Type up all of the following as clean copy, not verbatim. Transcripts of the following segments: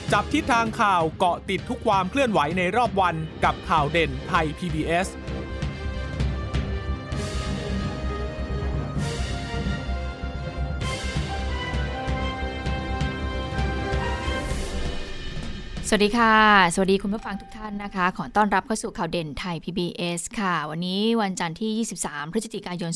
จับทิศทางข่าวเกาะติดทุกความเคลื่อนไหวในรอบวันกับข่าวเด่นไทย PBS สวัสดีค่ะสวัสดีคุณผู้ฟังทุกท่านนะคะขอต้อนรับเข้าสู่ข่าวเด่นไทย PBS ค่ะวันนี้วันจันทร์ที่23พฤศจิกายน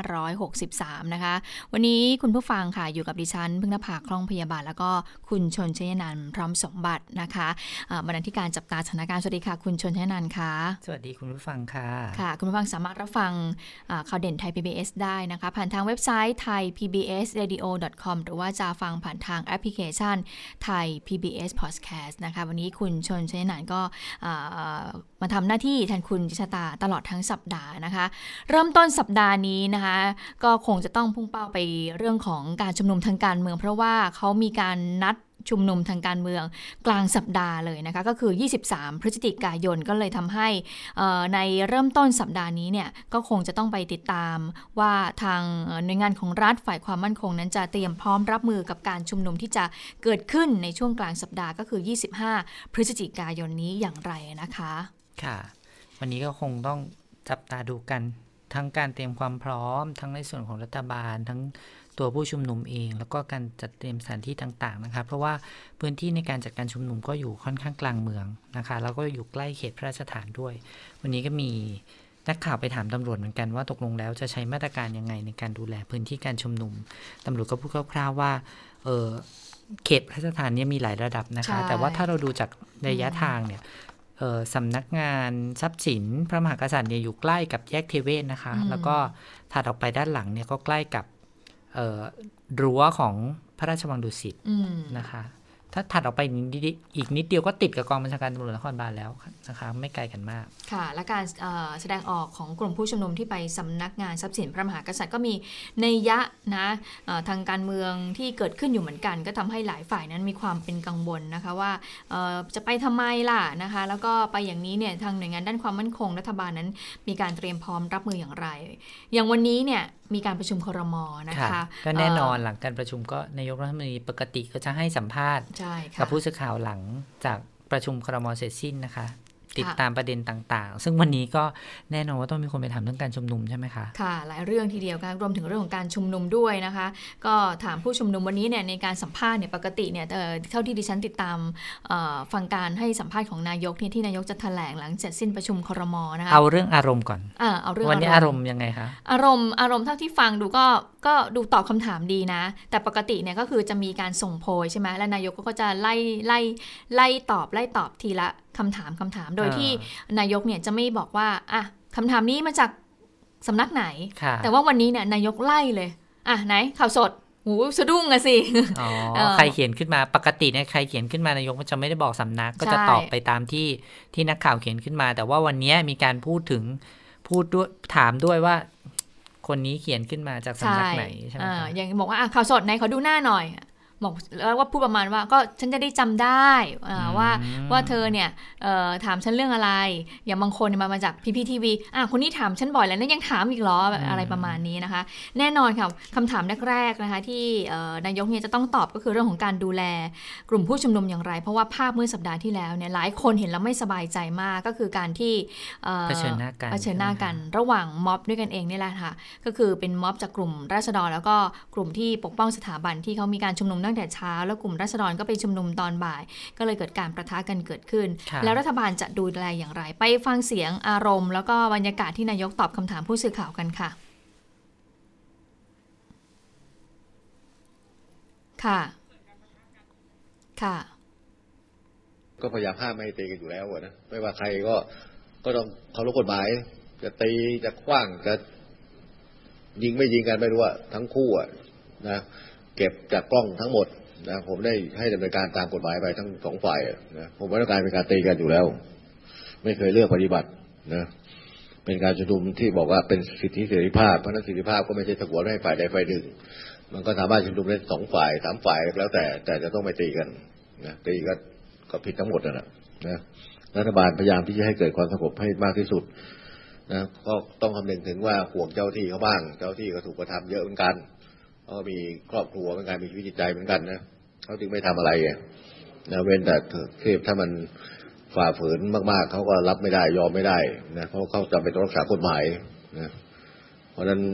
2563นะคะวันนี้คุณผู้ฟังค่ะอยู่กับดิฉันพึ่งนภาคล่องพยาบาลแล้วก็คุณชนชยนันท์พร้อมสมบัตินะคะบรรณาธิการจับตาสถานการณ์สวัสดีค่ะคุณชนชยนันท์ค่ะสวัสดีคุณผู้ฟังค่ะค่ะคุณผู้ฟังสามารถรับฟังข่าวเด่นไทย PBS ได้นะคะผ่านทางเว็บไซต์ thaipbsradio.com หรือว่าจะฟังผ่านทางแอปพลิเคชัน Thai PBS Podcast นะคะวันนี้คุณชนชยนันท์ก็มาทำหน้าที่แทนคุณจิชตาตลอดทั้งสัปดาห์นะคะเริ่มต้นสัปดาห์นี้นะคะก็คงจะต้องพุ่งเป้าไปเรื่องของการชุมนุมทางการเมืองเพราะว่าเขามีการนัดชุมนุมทางการเมืองกลางสัปดาห์เลยนะคะก็คือ23พฤศจิกายนก็เลยทำให้ในเริ่มต้นสัปดาห์นี้เนี่ยก็คงจะต้องไปติดตามว่าทางหน่วยงานของรัฐฝ่ายความมั่นคงนั้นจะเตรียมพร้อมรับมือกับการชุมนุมที่จะเกิดขึ้นในช่วงกลางสัปดาห์ก็คือ25พฤศจิกายนนี้อย่างไรนะคะค่ะวันนี้ก็คงต้องจับตาดูกันทั้งการเตรียมความพร้อมทั้งในส่วนของรัฐบาลทั้งตัวผู้ชุมนุมเองแล้วก็การจัดเตรียมสถานที่ต่างๆนะคะเพราะว่าพื้นที่ในการจัดการชุมนุมก็อยู่ค่อนข้างกลางเมืองนะคะแล้วก็อยู่ใกล้เขตพระราชฐานด้วยวันนี้ก็มีนักข่าวไปถามตำรวจเหมือนกันว่าตกลงแล้วจะใช้มาตรการยังไงในการดูแลพื้นที่การชุมนุมตำรวจก็พูดคร่าวๆว่าเขตพระราชฐานเนี่ยมีหลายระดับนะคะแต่ว่าถ้าเราดูจากระยะทางเนี่ยสำนักงานทรัพย์สินพระมหากษัตริย์เนี่ยอยู่ใกล้กับแยกเทเวศนะคะแล้วก็ถัดออกไปด้านหลังเนี่ยก็ใกล้กับรั้วของพระราชวังดุสิตนะคะถ้าถัดออกไปอีกนิดเดียวก็ติดกับกองบัญชาการตำรวจนครบาลแล้วนะคะไม่ไกลกันมากค่ะและการแสดงออกของกลุ่มผู้ชุมนุมที่ไปสำนักงานทรัพย์สินพระมหากษัตริย์ก็มีนัยยะนะทางการเมืองที่เกิดขึ้นอยู่เหมือนกันก็ทำให้หลายฝ่ายนั้นมีความเป็นกังวลนะคะว่าจะไปทำไมล่ะนะคะแล้วก็ไปอย่างนี้เนี่ยทางหน่วยงานด้านความมั่นคงรัฐบาลนั้นมีการเตรียมพร้อมรับมืออย่างไรอย่างวันนี้เนี่ยมีการประชุมครม.นะคะก็แน่นอนหลังการประชุมก็นายกรัฐมนตรีปกติก็จะให้สัมภาษณ์กับผู้สื่อข่าวหลังจากประชุมครม.เสร็จสิ้นนะคะติดตามประเด็นต่างๆซึ่งวันนี้ก็แน่นอนว่าต้องมีคนไปถามเรื่องการชุมนุมใช่ไหมคะค่ะหลายเรื่องทีเดียวกันรวมถึงเรื่องของการชุมนุมด้วยนะคะก็ถามผู้ชุมนุมวันนี้เนี่ยในการสัมภาษณ์เนี่ยปกติเนี่ยเท่าที่ดิฉันติดตามฟังการให้สัมภาษณ์ของนายกเนี่ยที่นายกจะแถลงหลังเสร็จสิ้นประชุมครม.นะคะเอาเรื่องอารมณ์ก่อนเอาเรื่องวันนี้อารมณ์ยังไงคะอารมณ์เท่าที่ฟังดูก็ดูตอบคำถามดีนะแต่ปกติเนี่ยก็คือจะมีการส่งโพยใช่ไหมและนายกก็จะไล่ตอบทีละคำถามโดยที่นายกเนี่ยจะไม่บอกว่าอ่ะคำถามนี้มาจากสำนักไหนแต่ว่าวันนี้เนี่ยนายกไล่เลยอ่ะไหนข่าวสดหูสะดุ้งอะสิใครเขียนขึ้นมาปกติเนี่ยใครเขียนขึ้นมานายกมันจะไม่ได้บอกสำนักก็จะตอบไปตามที่นักข่าวเขียนขึ้นมาแต่ว่าวันนี้มีการพูดด้วยถามด้วยว่าคนนี้เขียนขึ้นมาจากสำนักไหนใช่ไหมอย่างบอกว่าข่าวสดไหนขอดูหน้าหน่อยบอกแล้วว่าพูดประมาณว่าก็ฉันจะได้จำได้ว่าเธอเนี่ยถามฉันเรื่องอะไรอย่างบางคนมาจาก PPTV คนนี้ถามฉันบ่อยแล้วนั่นยังถามอีกเหรออะไรประมาณนี้นะคะแน่นอนค่ะคำถามแรกๆนะคะที่นายกเนี่ยจะต้องตอบก็คือเรื่องของการดูแลกลุ่มผู้ชุมนุมอย่างไรเพราะว่าภาพเมื่อสัปดาห์ที่แล้วเนี่ยหลายคนเห็นแล้วไม่สบายใจมากก็คือการที่เผชิญหน้ากันระหว่างม็อบด้วยกันเองนี่แหละค่ะก็คือเป็นม็อบจากกลุ่มราษฎรแล้วก็กลุ่มที่ปกป้องสถาบันที่เขามีการชุมนุมตั้งแต่เช้าแล้วกลุ่มราษฎรก็ไปชุมนุมตอนบ่ายก็เลยเกิดการประทะกันเกิดขึ้นแล้วรัฐบาลจะดูแลอย่างไรไปฟังเสียงอารมณ์แล้วก็บรรยากาศที่นายกตอบคำถามผู้สื่อข่าวกันค่ะค่ะก็พยายามห้ามไม่ให้ตีกันอยู่แล้วนะไม่ว่าใครก็ต้องเคารพกฎหมายจะตีจะขว้างจะยิงไม่ยิงกันไม่รู้ว่าทั้งคู่นะเก็บจากกล้องทั้งหมดนะผมได้ให้ดำเนินการตามกฎหมายไปทั้งสองฝ่ายนะผมไม่ต้องการเป็นการตีกันอยู่แล้วไม่เคยเลือกปฏิบัตินะเป็นการชุมนุมที่บอกว่าเป็นสิทธิเสรีภาพเพราะนั้นสิทธิภาพก็ไม่ใช่สงวนให้ฝ่ายใดฝ่ายหนึ่งมันก็สามารถชุมนุมได้สองฝ่ายสามฝ่ายแล้วแต่จะต้องไม่ตีกันนะตีก็ผิดทั้งหมดนะรัฐบาลพยายามที่จะให้เกิดความสงบให้มากที่สุดนะก็ต้องคำนึงถึงว่าห่วงเจ้าที่เขาบ้างเจ้าที่ก็ถูกกระทำเยอะเหมือนกันเขามีครอบครัวเหมือนกันมีชีวิตจิตใจเหมือนกันนะเขาจึงไม่ทำอะไรนะเว้นแต่ถ้ามันฝ่าฝืนมากๆเขาก็รับไม่ได้ยอมไม่ได้นะเพราะเขาจำเป็นต้องรักษากฎหมายนะเพราะฉะนั้น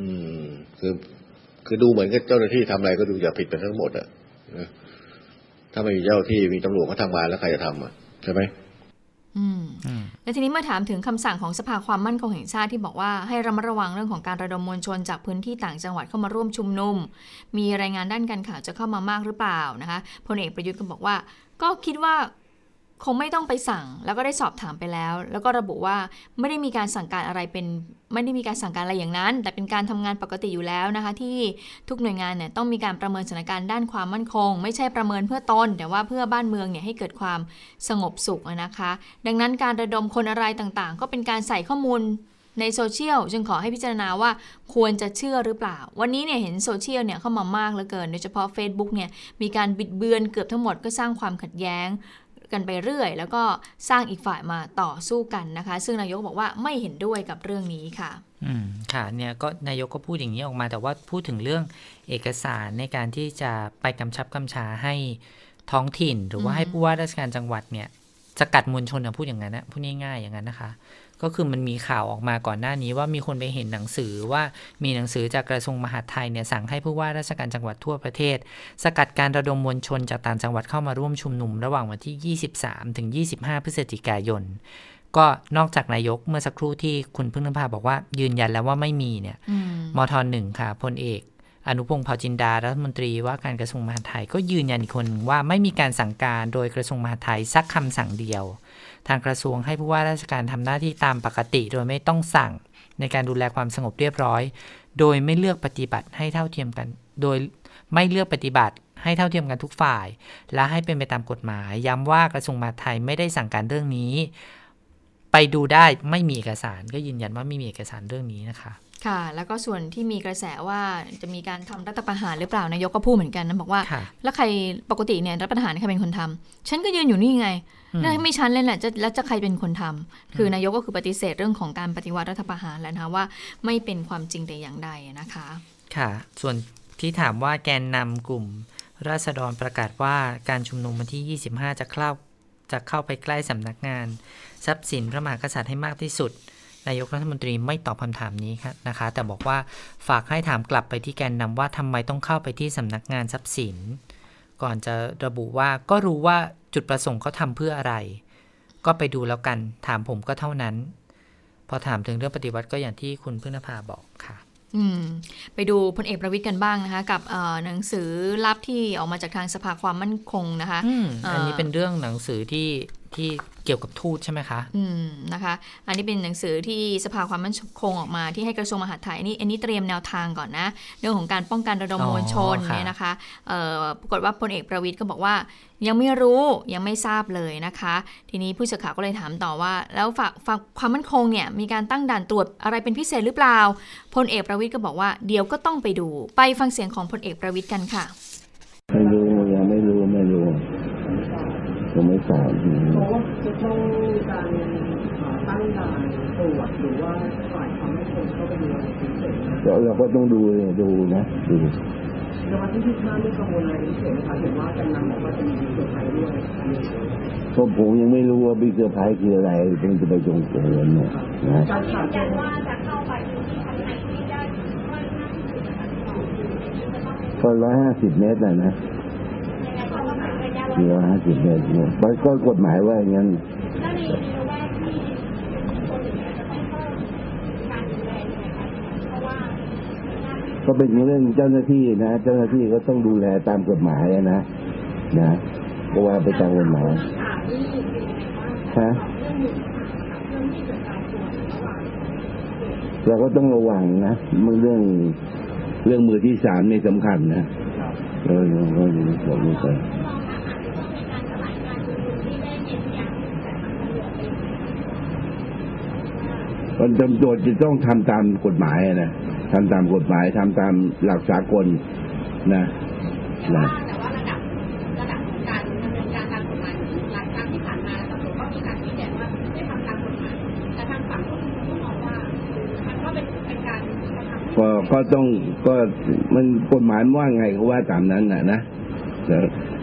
คือดูเหมือนกับเจ้าหน้าที่ทำอะไรก็ดูอย่าผิดไปทั้งหมดอ่ะนะถ้าไม่มีเจ้าหน้าที่มีตำรวจเขาทำงานแล้วใครจะทำอ่ะใช่ไหมและทีนี้เมื่อถามถึงคำสั่งของสภาความมั่นคงแห่งชาติที่บอกว่าให้ระมัดระวังเรื่องของการระดมมวลชนจากพื้นที่ต่างจังหวัดเข้ามาร่วมชุมนุมมีรายงานด้านการข่าวจะเข้ามามากหรือเปล่านะคะพลเอกประยุทธ์ก็บอกว่าก็คิดว่าคงไม่ต้องไปสั่งแล้วก็ได้สอบถามไปแล้วแล้วก็ระบุว่าไม่ได้มีการสั่งการอะไรอย่างนั้นแต่เป็นการทำงานปกติอยู่แล้วนะคะที่ทุกหน่วยงานเนี่ยต้องมีการประเมินสถานการณ์ด้านความมั่นคงไม่ใช่ประเมินเพื่อตนแต่ว่าเพื่อบ้านเมืองเนี่ยให้เกิดความสงบสุขนะคะดังนั้นการระดมคนอะไรต่างๆก็เป็นการใส่ข้อมูลในโซเชียลจึงขอให้พิจารณาว่าควรจะเชื่อหรือเปล่าวันนี้เนี่ยเห็นโซเชียลเนี่ยเข้ามามากเหลือเกินโดยเฉพาะ Facebook เนี่ยมีการบิดเบือนเกือบทั้งหมดก็สร้างความขัดแย้งกันไปเรื่อยแล้วก็สร้างอีกฝ่ายมาต่อสู้กันนะคะซึ่งนายกบอกว่าไม่เห็นด้วยกับเรื่องนี้ค่ะค่ะเนี่ยก็นายกก็พูดอย่างนี้ออกมาแต่ว่าพูดถึงเรื่องเอกสารในการที่จะไปกำชับกำชาให้ท้องถิ่นหรือว่าให้ผู้ว่าราชการจังหวัดเนี่ยสกัดมวลชนพูดอย่างนั้นนะพูดง่ายๆอย่างนั้นนะคะก็คือมันมีข่าวออกมาก่อนหน้านี้ว่ามีคนไปเห็นหนังสือว่ามีหนังสือจากกระทรวงมหาดไทยเนี่ยสั่งให้ผู้ว่าราชการจังหวัดทั่วประเทศสกัดการระดมมวลชนจากต่างจังหวัดเข้ามาร่วมชุมนุมระหว่างวันที่23ถึง25พฤศจิกายนก็นอกจากนายกเมื่อสักครู่ที่คุณพึ่งนภาบอกว่ายืนยันแล้วว่าไม่มีเนี่ยมท.1 ค่ะพลเอกอนุพงษ์เผ่าจินดารัฐมนตรีว่าการกระทรวงมหาดไทยก็ยืนยันอีกคนว่าไม่มีการสั่งการโดยกระทรวงมหาดไทยสักคำสั่งเดียวทางกระทรวงให้ผู้ว่าราชการทำหน้าที่ตามปกติโดยไม่ต้องสั่งในการดูแลความสงบเรียบร้อยโดยไม่เลือกปฏิบัติให้เท่าเทียมกันโดยไม่เลือกปฏิบัติให้เท่าเทียมกันทุกฝ่ายและให้เป็นไปตามกฎหมายย้ำว่ากระทรวงมหาดไทยไม่ได้สั่งการเรื่องนี้ไปดูได้ไม่มีเอกสารก็ยืนยันว่าไม่มีเอกสารเรื่องนี้นะคะค่ะแล้วก็ส่วนที่มีกระแสว่าจะมีการทำรัฐประหารหรือเปล่านายกก็พูดเหมือนกันนะบอกว่าแล้วใครปกติเนี่ยรัฐประหารใครเป็นคนทำฉันก็ยืนอยู่นี่ไงแล้วไม่ฉันเลยแหละแล้วจะใครเป็นคนทำคือนายกก็คือปฏิเสธเรื่องของการปฏิวัติรัฐประหารแล้วนะคะว่าไม่เป็นความจริงแต่อย่างใดนะคะค่ะส่วนที่ถามว่าแกนนำกลุ่มราษฎรประกาศว่าการชุมนุมวันที่25จะเข้าไปใกล้สำนักงานทรัพย์สินพระมหากษัตริย์ให้มากที่สุดนายกรัฐมนตรีไม่ตอบคำถามนี้นะคะแต่บอกว่าฝากให้ถามกลับไปที่แกนนำว่าทำไมต้องเข้าไปที่สำนักงานทรัพย์สินก่อนจะระบุว่าก็รู้ว่าจุดประสงค์เขาทำเพื่ออะไรก็ไปดูแล้วกันถามผมก็เท่านั้นพอถามถึงเรื่องปฏิวัติก็อย่างที่คุณพึ่งนภาบอกค่ะไปดูพลเอกประวิตรกันบ้างนะคะกับหนังสือลับที่ออกมาจากทางสภาความมั่นคงนะคะอันนี้เป็นเรื่องหนังสือที่เกี่ยวกับทูตใช่ไหมคะนะคะอันนี้เป็นหนังสือที่สภาความมั่นคงออกมาที่ให้กระทรวงมหาดไทยอันนี้เตรียมแนวทางก่อนนะเรื่องของการป้องกันระดมมวลชนเนี่ยนะคะปรากฏว่าพลเอกประวิตรก็บอกว่ายังไม่รู้ยังไม่ทราบเลยนะคะทีนี้ผู้สื่อข่าวก็เลยถามต่อว่าแล้วฝั่งความมั่นคงเนี่ยมีการตั้งด่านตรวจอะไรเป็นพิเศษหรือเปล่าพลเอกประวิตรก็บอกว่าเดี๋ยวก็ต้องไปดูไปฟังเสียงของพลเอกประวิตรกันค่ะไม่รู้ยังไม่รู้ยังไม่ทราบเพราะว่าจะต้องการตั้งด่านตรวจหรือว่าฝ่ายความมั่นคงเข้าไปดูอะไรพิเศษเราก็ต้องดูนะดูในวันที่25ไม่กังวลอะไรพิเศษนะคะเห็นว่าแกนนำบอกว่าจะมีบิ๊กเซอร์ไพรส์ด้วยผมยังไม่รู้ว่าบิ๊กเซอร์ไพรส์คืออะไรผมจะไปจงเกินเนี่ยนะการยืนยันว่าจะเข้าไปที่ทางไหนที่ได้ก็150 เมตรนะ150 เมตรเนี่ยก็กฎหมายว่าอย่างนั้นก็เป็นเรื่องเจ้าหน้าที่นะเจ้าหน้าที่ก็ต้องดูแลตามกฎหมายนะก็ว่าไปตามกฎหมายฮะเราก็ต้องระวังนะเรื่องมือที่3นี่สำคัญนะก็บอกไม่ใช่คนตำรวจจะต้องทำตามกฎหมายนะทำตามกฎหมายทำตามหลักสากลนะแต่ว่าระดับการดำเนินการตามกฎหมายหลายครั้งที่ผ่านมาตำรวจก็มีการชี้แจงว่าไม่ทำตามกฎหมายแต่ทางฝั่งผู้ชุมนุมก็มองว่ามันก็เป็นการก็ต้องก็มันกฎหมายว่าไงก็ว่าตามนั้นนะ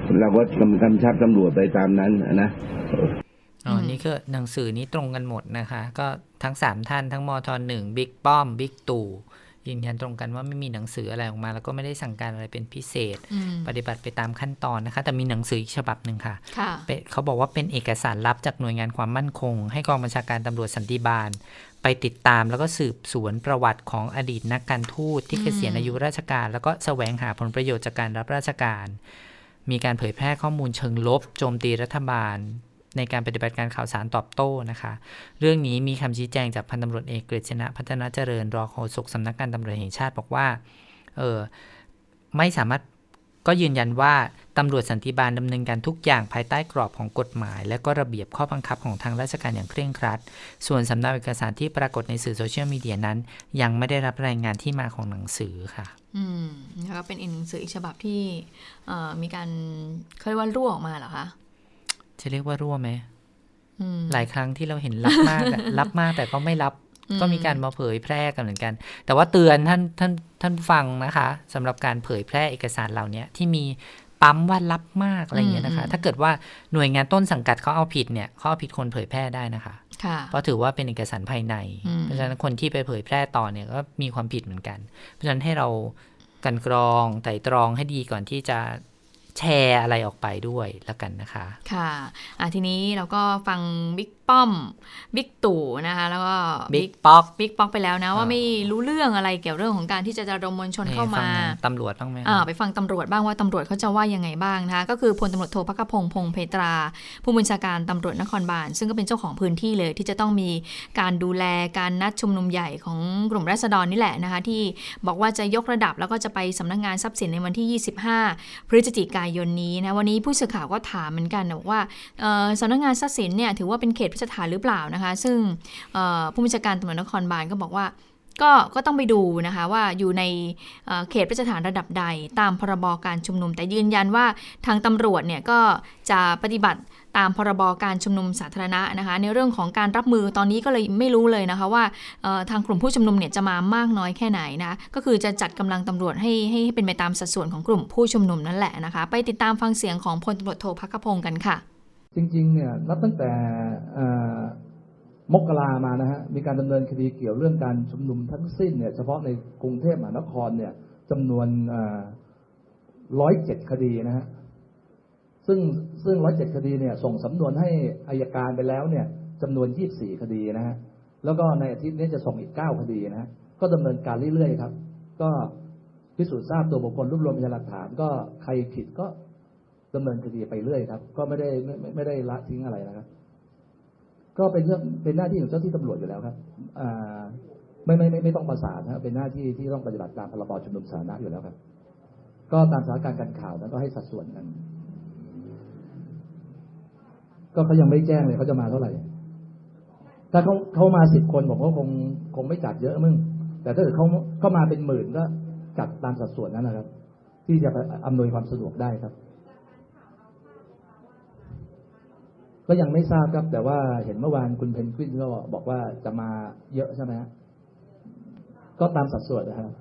เราก็กำชับตำรวจไปตามนั้นนะนี่ก็หนังสือนี้ตรงกันหมดนะคะก็ทั้ง3ท่านทั้งมท.1 บิ๊กป้อมบิ๊กตู่ยืนยันตรงกันว่าไม่มีหนังสืออะไรออกมาแล้วก็ไม่ได้สั่งการอะไรเป็นพิเศษปฏิบัติไปตามขั้นตอนนะคะแต่มีหนังสืออีกฉบับหนึ่งค่ะเขาบอกว่าเป็นเอกสารลับจากหน่วยงานความมั่นคงให้กองบัญชาการตำรวจสันติบาลไปติดตามแล้วก็สืบสวนประวัติของอดีตนักการทูตที่เกษียณอายุราชการแล้วก็แสวงหาผลประโยชน์จากการรับราชการมีการเผยแพร่ข้อมูลเชิงลบโจมตีรัฐบาลในการปฏิบัติการข่าวสารตอบโต้นะคะเรื่องนี้มีคำชี้แจงจากพันตำรวจเอกกฤษณะพัฒนาเจริญรองโฆษกสำนักงานตำรวจแห่งชาติบอกว่าไม่สามารถก็ยืนยันว่าตำรวจสันติบาลดำเนินการทุกอย่างภายใต้กรอบของกฎหมายและก็ระเบียบข้อบังคับของทางราชการอย่างเคร่งครัดส่วนสำเนาเอกสารที่ปรากฏในสื่อโซเชียลมีเดียนั้นยังไม่ได้รับรายงานที่มาของหนังสือค่ะแล้วก็เป็นหนังสืออีกฉบับที่มีการเขาเรียกว่ารั่วออกมาเหรอคะจะเรียกว่ารั่วไหมหลายครั้งที่เราเห็นรับมาก รับมากแต่ก็ไม่รับก็มีการมาเผยแพร่กันเหมือนกันแต่ว่าเตือนท่านฟังนะคะสำหรับการเผยแพร่เอกสารเหล่านี้ที่มีปั๊มว่ารับมากอะไรอย่างเงี้ยนะคะถ้าเกิดว่าหน่วยงานต้นสังกัดเขาเอาผิดเนี่ยเขาเอาผิดคนเผยแพร่ได้นะคะเพราะถือว่าเป็นเอกสารภายในเพราะฉะนั้นคนที่ไปเผยแพร่ต่อเนี่ยก็มีความผิดเหมือนกันเพราะฉะนั้นให้เรากันกรองไตร่ตรองให้ดีก่อนที่จะแชร์อะไรออกไปด้วยแล้วกันนะคะค่ะทีนี้เราก็ฟังบิ๊กป้อมบิ๊กตู่นะคะแล้วก็บิ๊กป๊อกไปแล้วนะว่าไม่รู้เรื่องอะไรเกี่ยวเรื่องของการที่จะระดมมวลชนเข้ามาตำรวจบ้างไหมไปฟังตำรวจบ้างว่าตำรวจเขาจะว่ายังไงบ้างนะคะก็คือพลตำรวจโทภัคพงษ์พงษ์เพตราผู้บัญชาการตำรวจนครบาลซึ่งก็เป็นเจ้าของพื้นที่เลยที่จะต้องมีการดูแลการนัดชุมนุมใหญ่ของกลุ่มราษฎรนี่แหละนะคะที่บอกว่าจะยกระดับแล้วก็จะไปสำนักงานทรัพย์สินในวันที่25พฤศจิกายนนี้นะวันนี้ผู้สื่อข่าวก็ถามเหมือนกันบอกว่าสำนักงานทรัพย์สินเนี่ยถือว่าเป็นเขตพระราชฐานหรือเปล่านะคะซึ่งผู้บัญชาการตำรวจนครบาลก็บอกว่าก็ต้องไปดูนะคะว่าอยู่ในเขตพระราชฐานระดับใดตามพรบการชุมนุมแต่ยืนยันว่าทางตำรวจเนี่ยก็จะปฏิบัติตามพรบการชุมนุมสาธารณะนะคะในเรื่องของการรับมือตอนนี้ก็เลยไม่รู้เลยนะคะว่าทางกลุ่มผู้ชุมนุมเนี่ยจะมามากน้อยแค่ไหนนะก็คือจะจัดกำลังตำรวจให้เป็นไปตามสัดส่วนของกลุ่มผู้ชุมนุมนั่นแหละนะคะไปติดตามฟังเสียงของพลตำรวจโทภัคพงษ์กันค่ะจริงๆเนี่ยนับตั้งแต่มกรามานะฮะมีการดำเนินคดีเกี่ยวเรื่องการชุมนุมทั้งสิ้นเนี่ยเฉพาะในกรุงเทพมหานครเนี่ยจำนวน107 คดีนะฮะซึ่ง107 คดีเนี่ยส่งสำนวนให้อัยการไปแล้วเนี่ยจำนวน24 คดีนะฮะแล้วก็ในอาทิตย์นี้จะส่งอีก9 คดีนะฮะก็ดำเนินการเรื่อยๆครับก็พิสูจน์ทราบตัวบุคคลรวบรวมพยานหลักฐานก็ใครผิดก็ดำเนินคดีไปเรื่อยครับก็ไม่ได้ละทิ้งอะไรนะครับก็เป็นหน้าที่ของเจ้าที่ตำรวจอยู่แล้วครับไม่ต้องประสานนะเป็นหน้าที่ที่ต้องปฏิบัติตามพรบชุมนุมสาธารณะอยู่แล้วครับก็ตามสถานการณ์การข่าวนั้นก็ให้สัดส่วนกันก็เขายังไม่แจ้งเลยเขาจะมาเท่าไหร่ถ้าเขามา10 คนผมก็คงไม่จัดเยอะมึงแต่ถ้าเกิดเขามาเป็นหมื่นก็จัดตามสัดส่วนนั้นนะครับที่จะอำนวยความสะดวกได้ครับก็ยังไม่ทราบครับแต่ว่าเห็นเมื่อวานคุณเพนกวินก็บอกว่าจะมาเยอะใช่ไหมฮะก็ตามสัดส่วนนะครับ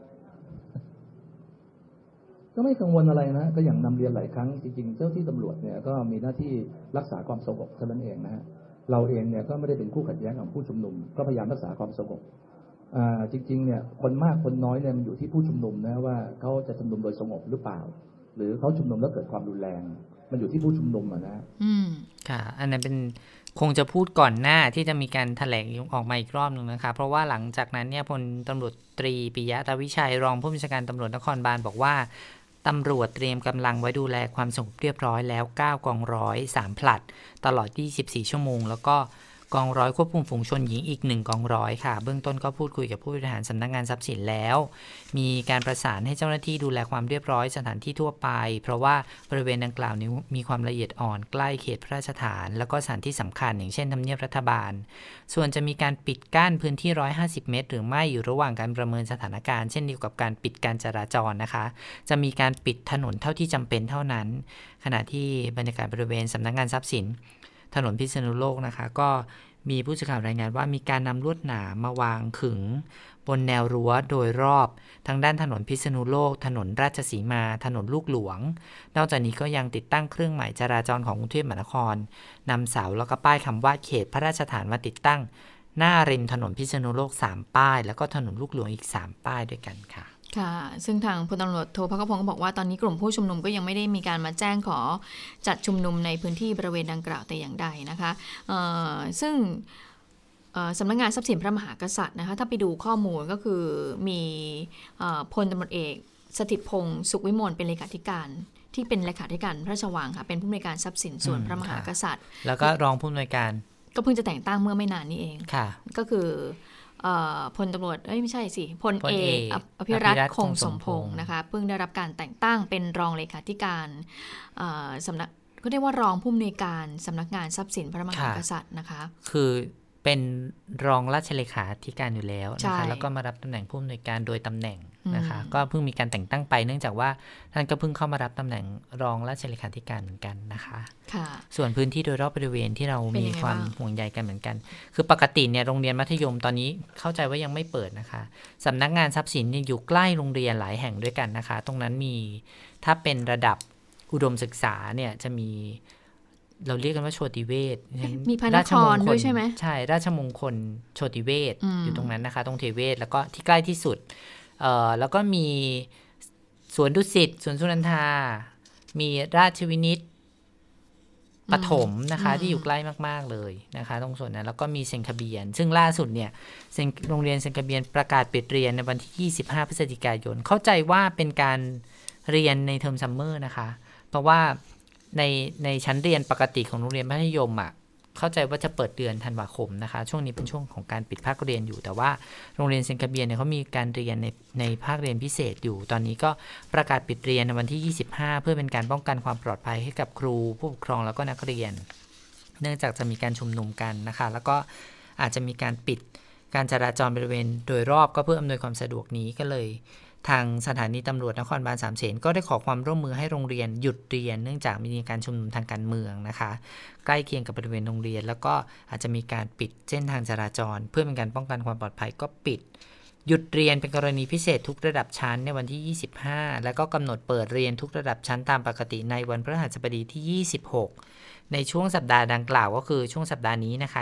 ก็ไม่กังวลอะไรนะก็อย่างนำเรียนหลายครั้งจริงๆเจ้าที่ตำรวจเนี่ยก็มีหน้าที่รักษาความสงบเท่านั้นเองนะฮะเราเองเนี่ยก็ไม่ได้เป็นคู่ขัดแย้งกับผู้ชุมนุมก็พยายามรักษาความสงบจริงๆเนี่ยคนมากคนน้อยเนี่ยมันอยู่ที่ผู้ชุมนุมนะว่าเขาจะชุมนุมโดยสงบหรือเปล่าหรือเขาชุมนุมแล้วเกิดความรุนแรงมันอยู่ที่ผู้ชุมนุมนะค่ะอันนั้นเป็นคงจะพูดก่อนหน้าที่จะมีการแถลงออกมาอีกรอบนึงนะคะเพราะว่าหลังจากนั้นเนี่ยพลตำรวจตรีปิยะตาวิชัยรองผู้บัญชาการตำรวจนครบาลบอกว่าตำรวจเตรียมกำลังไว้ดูแลความสงบเรียบร้อยแล้ว9 กองร้อย3 ผลัดตลอด24 ชั่วโมงแล้วก็กองร้อยควบคุมฝูงชนหญิงอีก1 กองร้อยค่ะเบื้องต้นก็พูดคุยกับผู้บริหารสำนักงานทรัพย์สินแล้วมีการประสานให้เจ้าหน้าที่ดูแลความเรียบร้อยสถานที่ทั่วไปเพราะว่าบริเวณดังกล่าวนี้มีความละเอียดอ่อนใกล้เขตพระราชฐานแล้วก็สถานที่สำคัญอย่างเช่นทำเนียบรัฐบาลส่วนจะมีการปิดกั้นพื้นที่150 เมตรหรือไม่อยู่ระหว่างการประเมินสถานการณ์เช่นเดียวกับการปิดการจราจรนะคะจะมีการปิดถนนเท่าที่จำเป็นเท่านั้นขณะที่บรรยากาศบริเวณสำนักงานทรัพย์สินถนนพิษณุโลกนะคะก็มีผู้สื่อข่าวรายงานว่ามีการนำลวดหนามมาวางขึงบนแนวรั้วโดยรอบทั้งด้านถนนพิษณุโลกถนนราชสีมาถนนลูกหลวงนอกจากนี้ก็ยังติดตั้งเครื่องหมายจราจรของกรุงเทพมหานครนำเสาแล้วก็ป้ายคำว่าเขตพระราชฐานมาติดตั้งหน้าริมถนนพิษณุโลก3ป้ายแล้วก็ถนนลูกหลวงอีก3ป้ายด้วยกันค่ะค่ะซึ่งทางพลตำรวจโทภคพงศ์ก็บอกว่าตอนนี้กลุ่มผู้ชุมนุมก็ยังไม่ได้มีการมาแจ้งขอจัดชุมนุมในพื้นที่บริเวณดังกล่าวแต่อย่างใดนะคะซึ่งสำนักงานทรัพย์สินพระมหากษัตริย์นะคะถ้าไปดูข้อมูลก็คือมีพลตำรวจเอกสถิตพงศ์สุขวิมลเป็นเลขาธิการที่เป็นเลขาธิการพระราชวังค่ะเป็นผู้อำนวยการทรัพย์สินส่วนพระมหากษัตริย์แล้วก็รองผู้อำนวยการก็เพิ่งจะแต่งตั้งเมื่อไม่นานนี้เองค่ะก็คือพลตำรวจไม่ใช่สิพลเอกอภิรัตน์คงสมพงศ์นะคะเพิ่งได้รับการแต่งตั้งเป็นรองเลขาธิการสำนักก็เรียกว่ารองผู้อำนวยการสำนักงานทรัพย์สินพระมหากษัตริย์นะคะคือเป็นรองราชเลขาธิการอยู่แล้วนะคะแล้วก็มารับตำแหน่งผู้อำนวยการโดยตำแหน่งนะคะก็เพิ่งมีการแต่งตั้งไปเนื่องจากว่าท่านก็เพิ่งเข้ามารับตำแหน่งรองราชเลขาธิการเหมือนกันนะคะส่วนพื้นที่โดยรอบบริเวณที่เรามีความห่วงใยกันเหมือนกันคือปกติเนี่ยโรงเรียนมัธยมตอนนี้เข้าใจว่ายังไม่เปิดนะคะสำนักงานทรัพย์สินอยู่ใกล้โรงเรียนหลายแห่งด้วยกันนะคะตรงนั้นมีถ้าเป็นระดับอุดมศึกษาเนี่ยจะมีเราเรียกกันว่าโชติเวชมีพระนครด้วยใช่ไหมใช่ราชมงคลโชติเวชอยู่ตรงนั้นนะคะตรงเทเวศแล้วก็ที่ใกล้ที่สุดแล้วก็มีสวนดุสิตสวนสุนันทามีราชวินิตปฐมนะคะที่อยู่ใกล้มากๆเลยนะคะตรงส่วนนั้นแล้วก็มีเซนคาเบียนซึ่งล่าสุดเนี่ยโรงเรียนเซนคาเบียนประกาศปิดเรียนในวันที่25พฤศจิกายนเข้าใจว่าเป็นการเรียนในเทอมซัมเมอร์นะคะเพราะว่าในชั้นเรียนปกติของโรงเรียนมัธยมเข้าใจว่าจะเปิดเดือนธันวาคมนะคะช่วงนี้เป็นช่วงของการปิดภาคเรียนอยู่แต่ว่าโรงเรียนเซนคาเบียนเนี่ยเขามีการเรียนในภาคเรียนพิเศษอยู่ตอนนี้ก็ประกาศปิดเรียนในวันที่25เพื่อเป็นการป้องกันความปลอดภัยให้กับครูผู้ปกครองแล้วก็นักเรียนเนื่องจากจะมีการชุมนุมกันนะคะแล้วก็อาจจะมีการปิดการจราจรบริเวณโดยรอบก็เพื่ออำนวยความสะดวกนี้ก็เลยทางสถานีตำรวจนครบาลสามเสนก็ได้ขอความร่วมมือให้โรงเรียนหยุดเรียนเนื่องจากมีการชุมนุมทางการเมืองนะคะใกล้เคียงกับบริเวณโรงเรียนแล้วก็อาจจะมีการปิดเส้นทางจราจรเพื่อเป็นการป้องกันความปลอดภัยก็ปิดหยุดเรียนเป็นกรณีพิเศษทุกระดับชั้นในวันที่25แล้วก็กำหนดเปิดเรียนทุกระดับชั้นตามปกติในวันพฤหัสบดีที่26ในช่วงสัปดาห์ดังกล่าวก็คือช่วงสัปดาห์นี้นะคะ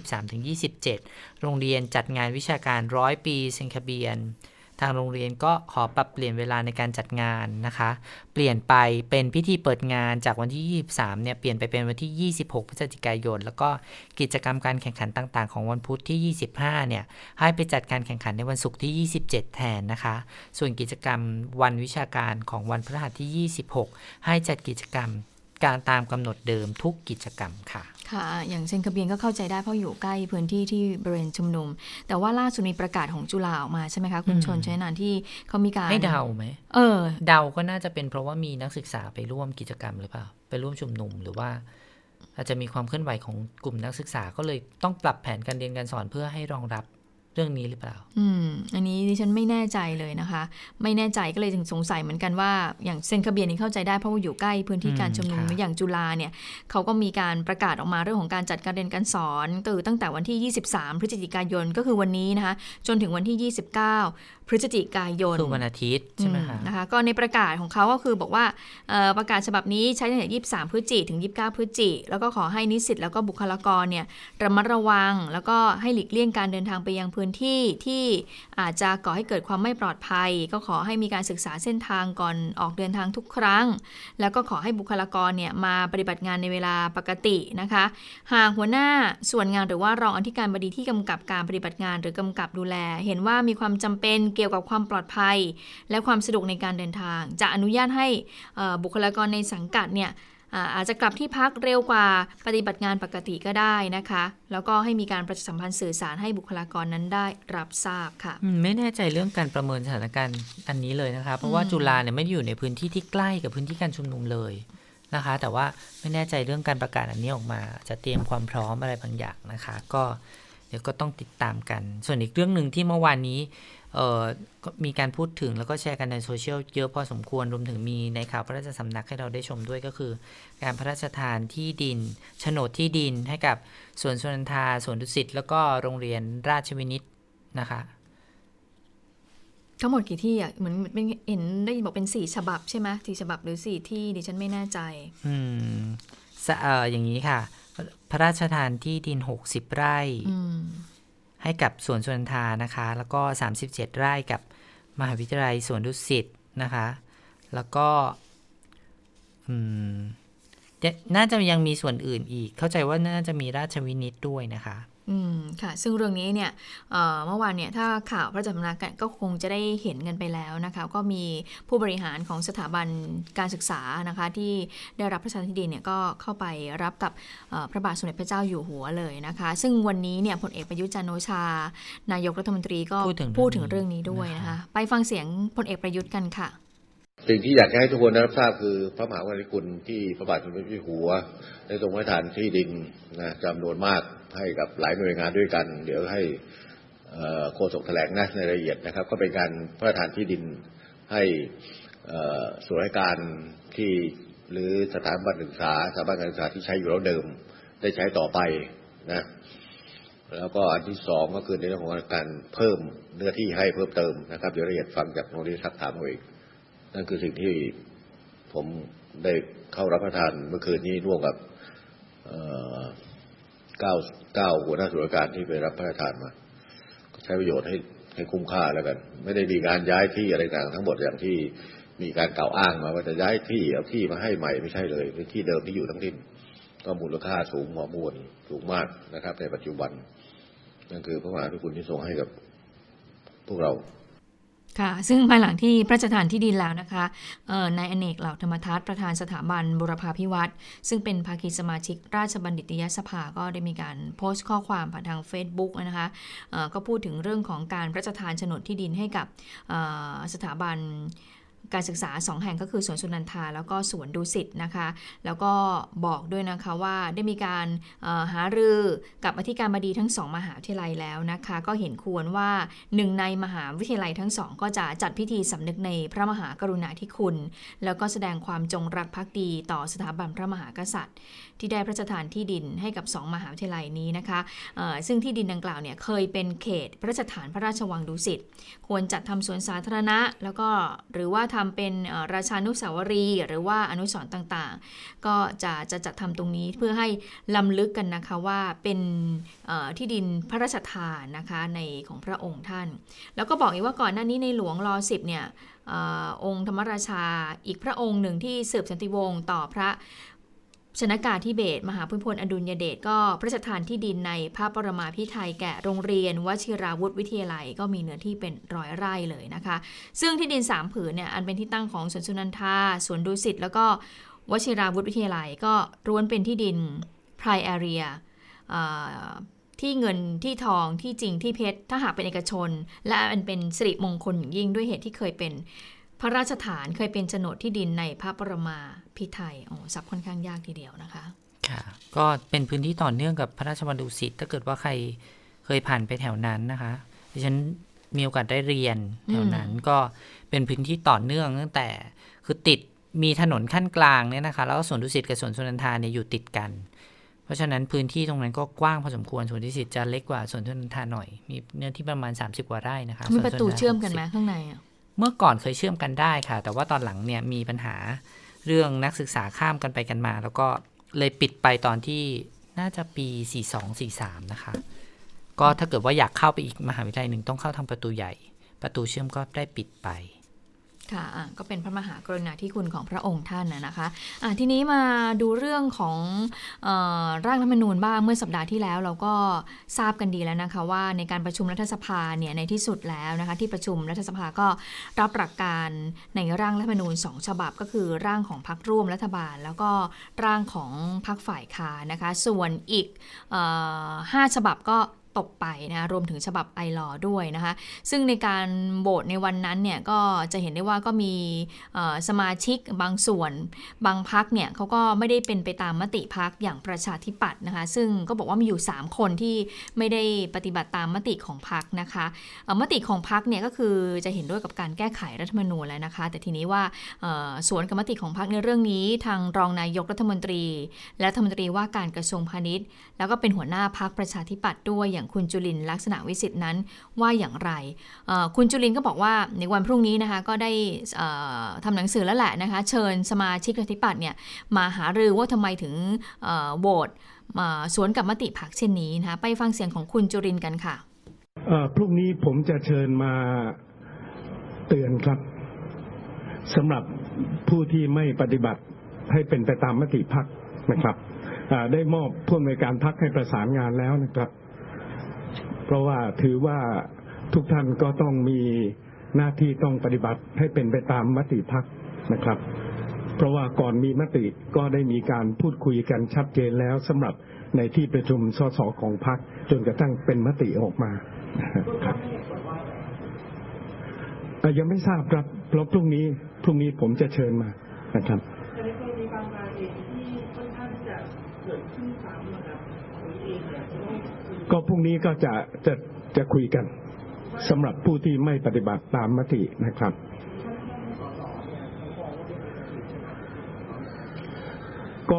23-27 โรงเรียนจัดงานวิชาการ100 ปีเซนคาเบียนทางโรงเรียนก็ขอปรับเปลี่ยนเวลาในการจัดงานนะคะเปลี่ยนไปเป็นพิธีเปิดงานจากวันที่23เนี่ยเปลี่ยนไปเป็นวันที่26พฤศจิกายนแล้วก็กิจกรรมการแข่งขันต่างๆของวันพุธที่25เนี่ยให้ไปจัดการแข่งขันในวันศุกร์ที่27แทนนะคะส่วนกิจกรรมวันวิชาการของวันพฤหัสที่26ให้จัดกิจกรรมการตามกำหนดเดิมทุกกิจกรรมค่ะค่ะอย่างเซนคาเบียนก็เข้าใจได้เพราะอยู่ใกล้พื้นที่ที่บริเวณชุมนุมแต่ว่าล่าสุดมีประกาศของจุฬาออกมาใช่ไหมคะคุณชนชัยนันท์ที่เขามีการให้เดาไหมเดาก็น่าจะเป็นเพราะว่ามีนักศึกษาไปร่วมกิจกรรมหรือเปล่าไปร่วมชุมนุมหรือว่าอาจจะมีความเคลื่อนไหวของกลุ่มนักศึกษาก็เลยต้องปรับแผนการเรียนการสอนเพื่อให้รองรับเรื่องนี้หรือเปล่าอันนี้ดิฉันไม่แน่ใจเลยนะคะไม่แน่ใจก็เลยถึงสงสัยเหมือนกันว่าอย่างเซนคาเบียนนี่เข้าใจได้เพราะว่าอยู่ใกล้พื้นที่การชุมนุมอย่างจุฬาเนี่ยเขาก็มีการประกาศออกมาเรื่องของการจัดการเรียนการสอนตั้งแต่วันที่23พฤศจิกายนก็คือวันนี้นะคะจนถึงวันที่29พฤศจิกายนคือวันอาทิตย์ใช่ไหมคะนะคะก็ในประกาศของเขาก็คือบอกว่าประกาศฉบับนี้ใช้ตั้งแต่23พฤศจิกถึง29พฤศจิกแล้วก็ขอให้นิสิตแล้วก็บุคลากรเนี่ยระมัดระวังแล้วก็ให้หลีกเลี่ยงการเดินทางไปยังพื้นที่ที่อาจจะก่อให้เกิดความไม่ปลอดภัยก็ขอให้มีการศึกษาเส้นทางก่อนออกเดินทางทุกครั้งแล้วก็ขอให้บุคลากรเนี่ยมาปฏิบัติงานในเวลาปกตินะคะหากหัวหน้าส่วนงานหรือว่ารองอธิการบดีที่กำกับการปฏิบัติงานหรือกำกับดูแลเห็นว่ามีความจำเป็นเกี่ยวกับความปลอดภัยและความสะดวกในการเดินทางจะอนุญาตให้บุคลากรในสังกัดเนี่ยอาจจะกลับที่พักเร็วกว่าปฏิบัติงานปกติก็ได้นะคะแล้วก็ให้มีการประชาสัมพันธ์สื่อสารให้บุคลากรนั้นได้รับทราบค่ะไม่แน่ใจเรื่องการประเมินสถานการณ์อันนี้เลยนะคะเพราะว่าจุฬาเนี่ยไม่ได้อยู่ในพื้นที่ที่ใกล้กับพื้นที่การชุมนุมเลยนะคะแต่ว่าไม่แน่ใจเรื่องการประกาศอันนี้ออกมาจะเตรียมความพร้อมอะไรบางอย่างนะคะก็เดี๋ยวก็ต้องติดตามกันส่วนอีกเรื่องนึงที่เมื่อวานนี้มีการพูดถึงแล้วก็แชร์กันในโซเชียลเยอะพอสมควรรวมถึงมีในข่าวพระราชสำนักให้เราได้ชมด้วยก็คือการพระราชทานที่ดินโฉนดที่ดินให้กับสวนสุนันทาสวนดุสิตแล้วก็โรงเรียนราชวินิตนะคะทั้งหมดกี่ที่อ่ะเหมือนเห็นได้ยินบอกเป็น4ฉบับใช่ไหม4ฉบับหรือ4ที่ดิฉันไม่แน่ใจอย่างนี้ค่ะพระราชทานที่ดิน60ไร่ให้กับสวนสุนันทานะคะแล้วก็37ไร่กับมหาวิทยาลัยสวนดุสิตนะคะแล้วก็น่าจะยังมีส่วนอื่นอีกเข้าใจว่าน่าจะมีราชวินิตด้วยนะคะค่ะซึ่งเรื่องนี้เนี่ยเมื่อวานเนี่ยถ้าข่าวพระราชสำนักก็คงจะได้เห็นกันไปแล้วนะคะก็มีผู้บริหารของสถาบันการศึกษานะคะที่ได้รับพระราชทานที่ดินเนี่ยก็เข้าไปรับกับพระบาทสมเด็จพระเจ้าอยู่หัวเลยนะคะซึ่งวันนี้เนี่ยพลเอกประยุทธ์จันทร์โอชานายกรัฐมนตรีก็พูดถึงเรื่องนี้ด้วยนะคะไปฟังเสียงพลเอกประยุทธ์กันค่ะสิ่งที่อยากให้ทุกคนได้รับทราบคือพระมหากรุณาธิคุณที่พระบาทสมเด็จพระเจ้าอยู่หัวได้ทรงพระราชทานที่ดินนะจำนวนมากให้กับหลายหน่วยงานด้วยกันเดี๋ยวให้โฆษกแถลงในรายละเอียดนะครับก็เป็นการพระราชทานที่ดินให้ส่วนราชการที่หรือสถาบันการศึกษาที่ใช้อยู่แล้วเดิมได้ใช้ต่อไปนะแล้วก็อันที่สองก็คือในเรื่องของการเพิ่มเนื้อที่ให้เพิ่มเติมนะครับเดี๋ยวรายละเอียดฟังจากโรงเรียนทักถามเอาเองนั่นคือสิ่งที่ผมได้เข้ารับประทานเมื่อคืนนี้ร่วมกับ9หัวหน้าส่วนราชการที่ไปรับพระราชทานมาใช้ประโยชน์ให้คุ้มค่าแล้วกันไม่ได้มีการย้ายที่อะไรต่างทั้งหมดอย่างที่มีการกล่าวอ้างมาว่าจะย้ายที่เอาที่มาให้ใหม่ไม่ใช่เลยเป็นที่เดิมที่อยู่ทั้งที่ก็มูลค่าสูงพอมวลสูงมากนะครับในปัจจุบันนั่นคือพระมหากรุณาธิคุณที่ทรงให้กับพวกเราค่ะซึ่งภายหลังที่พระราชทานที่ดินแล้วนะคะนายอเนกเหล่าธรรมทัศน์ประธานสถาบันบูรพาภิวัตรซึ่งเป็นภาคีสมาชิกราชบัณฑิตยสภาก็ได้มีการโพสต์ข้อความผ่านทาง Facebook นะคะก็พูดถึงเรื่องของการพระราชทานโฉนดที่ดินให้กับสถาบันการศึกษา2แห่งก็คือสวนสุนันทาแล้วก็สวนดุสิตนะคะแล้วก็บอกด้วยนะคะว่าได้มีการหารือกับอธิการบดีทั้ง2มหาวิทยาลัยแล้วนะคะก็เห็นควรว่า1ในมหาวิทยาลัยทั้ง2ก็จะจัดพิธีสำนึกในพระมหากรุณาธิคุณแล้วก็แสดงความจงรักภักดีต่อสถาบันพระมหากษัตริย์ที่ได้พระราชทานที่ดินให้กับ2มหาวิทยาลัยนี้นะคะซึ่งที่ดินดังกล่าวเนี่ยเคยเป็นเขตพระราชฐานพระราชวังดุสิตควรจัดทำสวนสาธารณะแล้วก็หรือว่าทำเป็นราชานุสาวรีย์หรือว่าอนุสรณ์ต่างๆก็จะจัดทำตรงนี้เพื่อให้ล้ำลึกกันนะคะว่าเป็นที่ดินพระราชทานนะคะในของพระองค์ท่านแล้วก็บอกอีกว่าก่อนหน้านี้ในหลวงร.10เนี่ยองค์ธรรมราชาอีกพระองค์หนึ่งที่สืบสันติวงศ์ต่อพระชนกาธิเบศรมหาภูมิพลอดุลยเดชก็พระราชทานที่ดินในพระปรมาภิไธยแก่โรงเรียนวชิราวุธวิทยาลัยก็มีเนื้อที่เป็น100 ไร่เลยนะคะซึ่งที่ดิน3ผืนเนี่ยอันเป็นที่ตั้งของสวนสุนันทาสวนดุสิตแล้วก็วชิราวุธวิทยาลัยก็ล้วนเป็นที่ดิน prime area ที่เงินที่ทองที่จริงที่เพชรถ้าหากเป็นเอกชนและอันเป็นสิริมงคลอย่างยิ่งด้วยเหตุที่เคยเป็นพระราชฐานเคยเป็นโฉนดที่ดินในพระปรมาภิไธยศัพท์ค่อนข้างยากทีเดียวนะคะค่ะก็เป็นพื้นที่ต่อเนื่องกับพระราชวังดุสิตถ้าเกิดว่าใครเคยผ่านไปแถวนั้นนะคะดิฉันมีโอกาสได้เรียนแถวนั้นก็เป็นพื้นที่ต่อเนื่องตั้งแต่คือติดมีถนนขั้นกลางเนี่ยนะคะแล้วก็สวนดุสิตกับสวนสุนันทาเนี่ยอยู่ติดกันเพราะฉะนั้นพื้นที่ตรงนั้นก็กว้างพอสมควรสวนดุสิตจะเล็กกว่าสวนสุนันทาหน่อยมีเนื้อที่ประมาณ30 กว่าไร่นะคะมีประตูเชื่อมกันไหมข้างในเมื่อก่อนเคยเชื่อมกันได้ค่ะแต่ว่าตอนหลังเนี่ยมีปัญหาเรื่องนักศึกษาข้ามกันไปกันมาแล้วก็เลยปิดไปตอนที่น่าจะปี42-43นะคะก็ถ้าเกิดว่าอยากเข้าไปอีกมหาวิทยาลัยหนึ่งต้องเข้าทางประตูใหญ่ประตูเชื่อมก็ได้ปิดไปค่ะก็เป็นพระมหากรุณาธิคุณของพระองค์ท่านนะคะทีนี้มาดูเรื่องของร่างรัฐธรรมนูญบ้างเมื่อสัปดาห์ที่แล้วเราก็ทราบกันดีแล้วนะคะว่าในการประชุมรัฐสภาเนี่ยในที่สุดแล้วนะคะที่ประชุมรัฐสภาก็รับหลักการในร่างรัฐธรรมนูญ2ฉบับก็คือร่างของพรรคร่วมรัฐบาลแล้วก็ร่างของพรรคฝ่ายค้านนะคะส่วนอีก5ฉบับก็ตกไปนะรวมถึงฉบับไอลอด้วยนะคะซึ่งในการโหวตในวันนั้นเนี่ยก็จะเห็นได้ว่าก็มีสมาชิกบางส่วนบางพรรคเนี่ยเขาก็ไม่ได้เป็นไปตามมติพรรคอย่างประชาธิปัตย์นะคะซึ่งก็บอกว่ามีอยู่3คนที่ไม่ได้ปฏิบัติตามมติของพรรคนะคะมติของพรรคเนี่ยก็คือจะเห็นด้วยกับการแก้ไขรัฐธรรมนูญแล้วนะคะแต่ทีนี้ว่าสวนกับมติของพรรคในเรื่องนี้ทางรองนายกรัฐมนตรีและรัฐมนตรีว่าการกระทรวงพาณิชย์แล้วก็เป็นหัวหน้าพรรคประชาธิปัตย์ด้วยอย่างคุณจุลินทร์ลักษณะวิสิทธิ์นั้นว่าอย่างไรคุณจุลินทร์ก็บอกว่าในวันพรุ่งนี้นะคะก็ได้ทำหนังสือแล้วแหละนะคะเชิญสมาชิกประชาธิปัตย์เนี่ยมาหารือว่าทำไมถึงโหวตสวนกับมติพรรคเช่นนี้นะคะไปฟังเสียงของคุณจุรินทร์กันค่ะพรุ่งนี้ผมจะเชิญมาเตือนครับสำหรับผู้ที่ไม่ปฏิบัติให้เป็นไปตามมติพรรคนะครับได้มอบผู้อำนวยการพรรคให้ประสานงานแล้วนะครับเพราะว่าถือว่าทุกท่านก็ต้องมีหน้าที่ต้องปฏิบัติให้เป็นไปตามมติพรรคนะครับเพราะว่าก่อนมีมติก็ได้มีการพูดคุยกันชัดเจนแล้วสำหรับในที่ประชุมสสของพรรคจนกระทั่งเป็นมติออกมาครับยังไม่ทราบครับเพราะพรุ่งนี้ผมจะเชิญมานะครับก็พรุ่งนี้ก็จะคุยกันสำหรับผู้ที่ไม่ปฏิบัติตามมตินะครับก็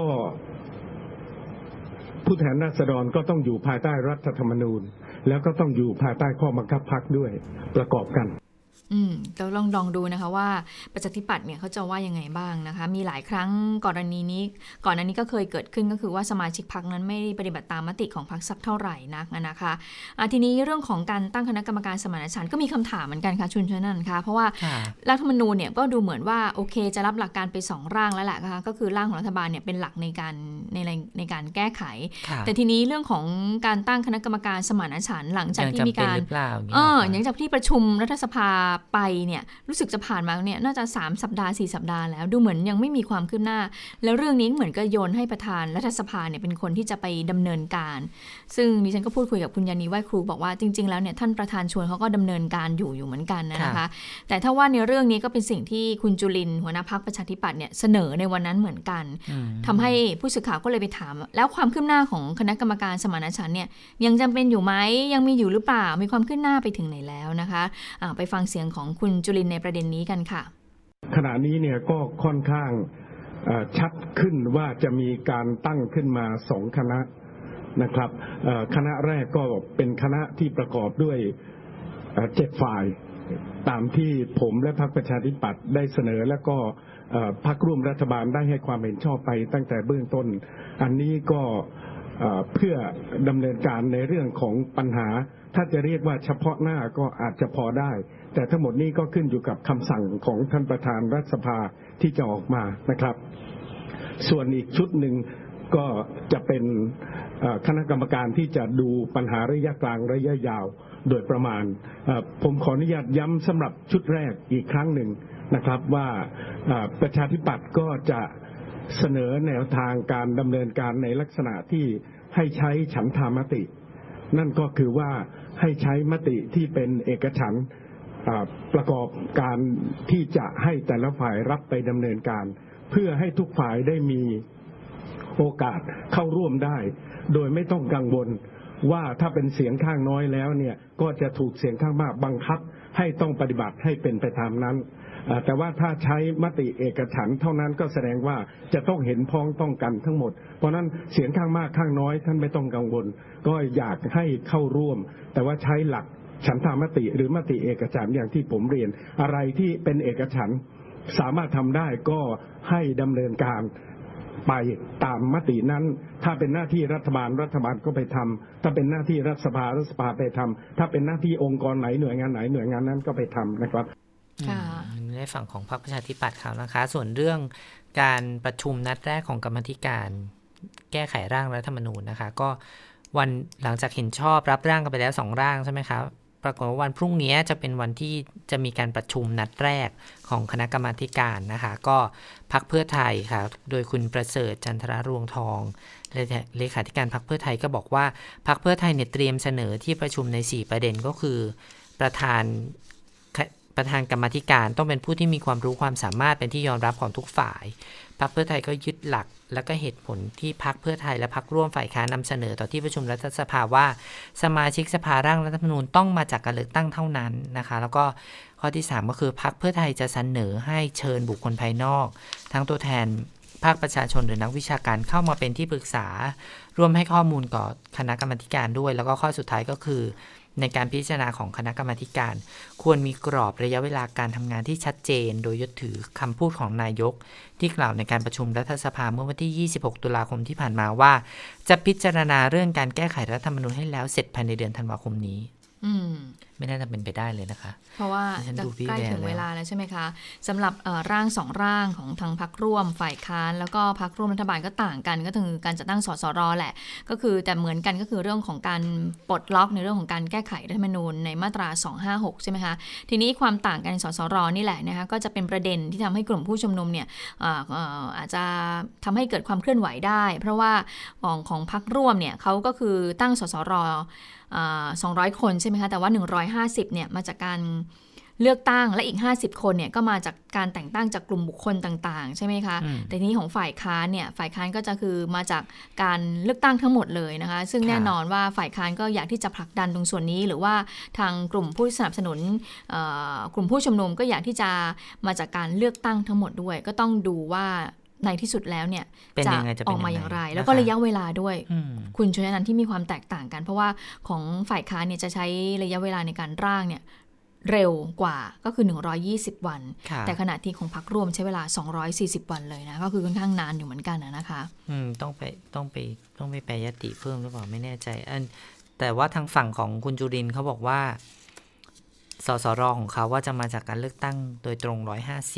ผู้แทนราษฎรก็ต้องอยู่ภายใต้รัฐธรรมนูญแล้วก็ต้องอยู่ภายใต้ข้อบังคับพรรคด้วยประกอบกันเราลองดูนะคะว่าประชาธิปัตย์เนี่ยเขาจะว่ายังไงบ้างนะคะมีหลายครั้งก่อนอันนี้ก็เคยเกิดขึ้นก็คือว่าสมาชิกพรรคนั้นไม่ปฏิบัติตามมติของพรรคสักเท่าไหร่นักนะคะทีนี้เรื่องของการตั้งคณะกรรมการสมานฉันท์ก็มีคำถามเหมือนกันค่ะชุนชนันท์ค่ะเพราะว่ารัฐธรรมนูญเนี่ยก็ดูเหมือนว่าโอเคจะรับหลักการไป2ร่างแล้วแหละนะคะก็คือร่างของรัฐบาลเนี่ยเป็นหลักในการแก้ไขแต่ทีนี้เรื่องของการตั้งคณะกรรมการสมานฉันท์หลังจากที่มีการอย่างจากที่ประชุมรัฐสภาไปเนี่ยรู้สึกจะผ่านมาเนี่ยน่าจะ3สัปดาห์4สัปดาห์แล้วดูเหมือนยังไม่มีความคืบหน้าแล้วเรื่องนี้เหมือนก็โยนให้ประธานรัฐสภาเนี่ยเป็นคนที่จะไปดำเนินการซึ่งดิฉันก็พูดคุยกับคุณยานีไหว้ครูบอกว่าจริงๆแล้วเนี่ยท่านประธานชวนเขาก็ดำเนินการอยู่เหมือนกันนะคะแต่ถ้าว่าในเรื่องนี้ก็เป็นสิ่งที่คุณจุลินทร์หัวหน้าพรรคประชาธิปัตย์เนี่ยเสนอในวันนั้นเหมือนกันทำให้ผู้สื่อข่าวก็เลยไปถามแล้วความคืบหน้าของคณะกรรมการสมานฉันท์เนี่ยยังจำเป็นอยู่ไหมยังมีอยู่หรือเปล่ามีความคืบหน้าไปถึงไหนแล้วนะคะไปฟังเสียงของคุณจุลินทร์ในประเด็นนี้กันค่ะขณะนี้เนี่ยก็ค่อนข้างชัดขึ้นว่าจะมีการตั้งขึ้นมา2คณะนะครับคณะแรกก็เป็นคณะที่ประกอบด้วย7ฝ่ายตามที่ผมและพรรคประชาธิปัตย์ได้เสนอและก็พรรคร่วมรัฐบาลได้ให้ความเห็นชอบไปตั้งแต่เบื้องต้นอันนี้ก็เพื่อดำเนินการในเรื่องของปัญหาถ้าจะเรียกว่าเฉพาะหน้าก็อาจจะพอได้แต่ทั้งหมดนี้ก็ขึ้นอยู่กับคำสั่งของท่านประธานรัฐสภาที่จะออกมานะครับส่วนอีกชุดหนึ่งก็จะเป็นคณะกรรมการที่จะดูปัญหาระยะกลางระยะยาวโดยประมาณผมขออนุญาตย้ำสำหรับชุดแรกอีกครั้งหนึ่งนะครับว่าประชาธิปัตย์ก็จะเสนอแนวทางการดำเนินการในลักษณะที่ให้ใช้ฉันทามตินั่นก็คือว่าให้ใช้มติที่เป็นเอกฉันท์ประกอบการที่จะให้แต่ละฝ่ายรับไปดำเนินการเพื่อให้ทุกฝ่ายได้มีโอกาสเข้าร่วมได้โดยไม่ต้องกังวลว่าถ้าเป็นเสียงข้างน้อยแล้วเนี่ยก็จะถูกเสียงข้างมากบังคับให้ต้องปฏิบัติให้เป็นไปตามนั้นแต่ว่าถ้าใช้มติเอกฉันท์เท่านั้นก็แสดงว่าจะต้องเห็นพ้องต้องกันทั้งหมดเพราะนั้นเสียงข้างมากข้างน้อยท่านไม่ต้องกังวลก็อยากให้เข้าร่วมแต่ว่าใช้หลักฉันทามติหรือมติเอกฉันท์อย่างที่ผมเรียนอะไรที่เป็นเอกฉันท์สามารถทำได้ก็ให้ดำเนินการไปตามมตินั้นถ้าเป็นหน้าที่รัฐบาลก็ไปทำถ้าเป็นหน้าที่รัฐสภาไปทำถ้าเป็นหน้าที่องค์กรไหนหน่วยงานไหนหน่วยงานนั้นก็ไปทำนะครับในฝั่งของพรรคประชาธิปัตย์เขานะคะส่วนเรื่องการประชุมนัดแรกของกรรมาธิการแก้ไขร่างรัฐธรรมนูญนะคะก็วันหลังจากเห็นชอบรับร่างกันไปแล้ว2ร่างใช่ไหมครับปรากฏว่าวันพรุ่งนี้จะเป็นวันที่จะมีการประชุมนัดแรกของคณะกรรมาการนะคะก็พรรคเพื่อไทยค่ะโดยคุณประเสริฐจันทรรวงทองเลขาธิการพรรคเพื่อไทยก็บอกว่าพรรคเพื่อไทยเนี่ยเตรียมเสนอที่ประชุมใน4ประเด็นก็คือประธานกรรมาธิการต้องเป็นผู้ที่มีความรู้ความสามารถเป็นที่ยอมรับของทุกฝ่ายพรรคเพื่อไทยก็ยึดหลักและก็เหตุผลที่พรรคเพื่อไทยและพรรคร่วมฝ่ายค้านนำเสนอต่อที่ประชุมรัฐสภาว่าสมาชิกสภาร่างรัฐธรรมนูญต้องมาจากการเลือกตั้งเท่านั้นนะคะแล้วก็ข้อที่3ก็คือพรรคเพื่อไทยจะเสนอให้เชิญบุคคลภายนอกทั้งตัวแทนภาคประชาชนหรือนักวิชาการเข้ามาเป็นที่ปรึกษาร่วมให้ข้อมูลกับคณะกรรมาการด้วยแล้วก็ข้อสุดท้ายก็คือในการพิจารณาของคณะกรรมาการควรมีกรอบระยะเวลาการทำงานที่ชัดเจนโดยยึดถือคำพูดของนายกที่กล่าวในการประชุมรัฐสภาเมื่อวันที่26ตุลาคมที่ผ่านมาว่าจะพิจารณาเรื่องการแก้ไขรัฐธรรมนูญให้แล้วเสร็จภายในเดือนธันวาคมนี้ไม่น่าจะเป็นไปได้เลยนะคะเพราะว่าจะใกล้ถึงเวลาแล้วใช่ไหมคะสำหรับร่าง2ร่างของทางพรรคร่วมฝ่ายค้านแล้วก็พรรคร่วมรัฐบาลก็ต่างกันก็คือการจัดตั้งสสรแหละก็คือแต่เหมือนกันก็คือเรื่องของการปลดล็อกในเรื่องของการแก้ไขรัฐธรรมนูญในมาตรา256ใช่ไหมคะทีนี้ความต่างกันในสสรนี่แหละนะคะก็จะเป็นประเด็นที่ทำให้กลุ่มผู้ชุมนุมเนี่ยอาจจะทำให้เกิดความเคลื่อนไหวได้เพราะว่าของพรรคร่วมเนี่ยเขาก็คือตั้งสสร200 คนใช่ไหมคะแต่ว่า150เนี่ยมาจากการเลือกตั้งและอีก50คนเนี่ยก็มาจากการแต่งตั้งจากกลุ่มบุคคลต่างๆใช่ไหมคะแต่ทีนี้ของฝ่ายค้านเนี่ยฝ่ายค้านก็จะคือมาจากการเลือกตั้งทั้งหมดเลยนะคะซึ่งแน่นอนว่าฝ่ายค้านก็อยากที่จะผลักดันตรงส่วนนี้หรือว่าทางกลุ่มผู้สนับสนุนกลุ่มผู้ชุมนุมก็อยากที่จะมาจากการเลือกตั้งทั้งหมดด้วยก็ต้องดูว่าในที่สุดแล้วเนี่ยจะออกมาอย่างไรแล้วก็ระยะเวลาด้วยคุณชนนันท์ที่มีความแตกต่างกันเพราะว่าของฝ่ายค้านเนี่ยจะใช้ระยะเวลาในการร่างเนี่ยเร็วกว่าก็คือ120วันแต่ขณะที่ของพรรคร่วมใช้เวลา240วันเลยนะก็คือค่อนข้างนานอยู่เหมือนกันนะคะต้องไปแปรยติเพิ่มหรือเปล่าไม่แน่ใจแต่ว่าทางฝั่งของคุณจุรินทร์เขาบอกว่าสสรของเขาว่าจะมาจากการเลือกตั้งโดยตรง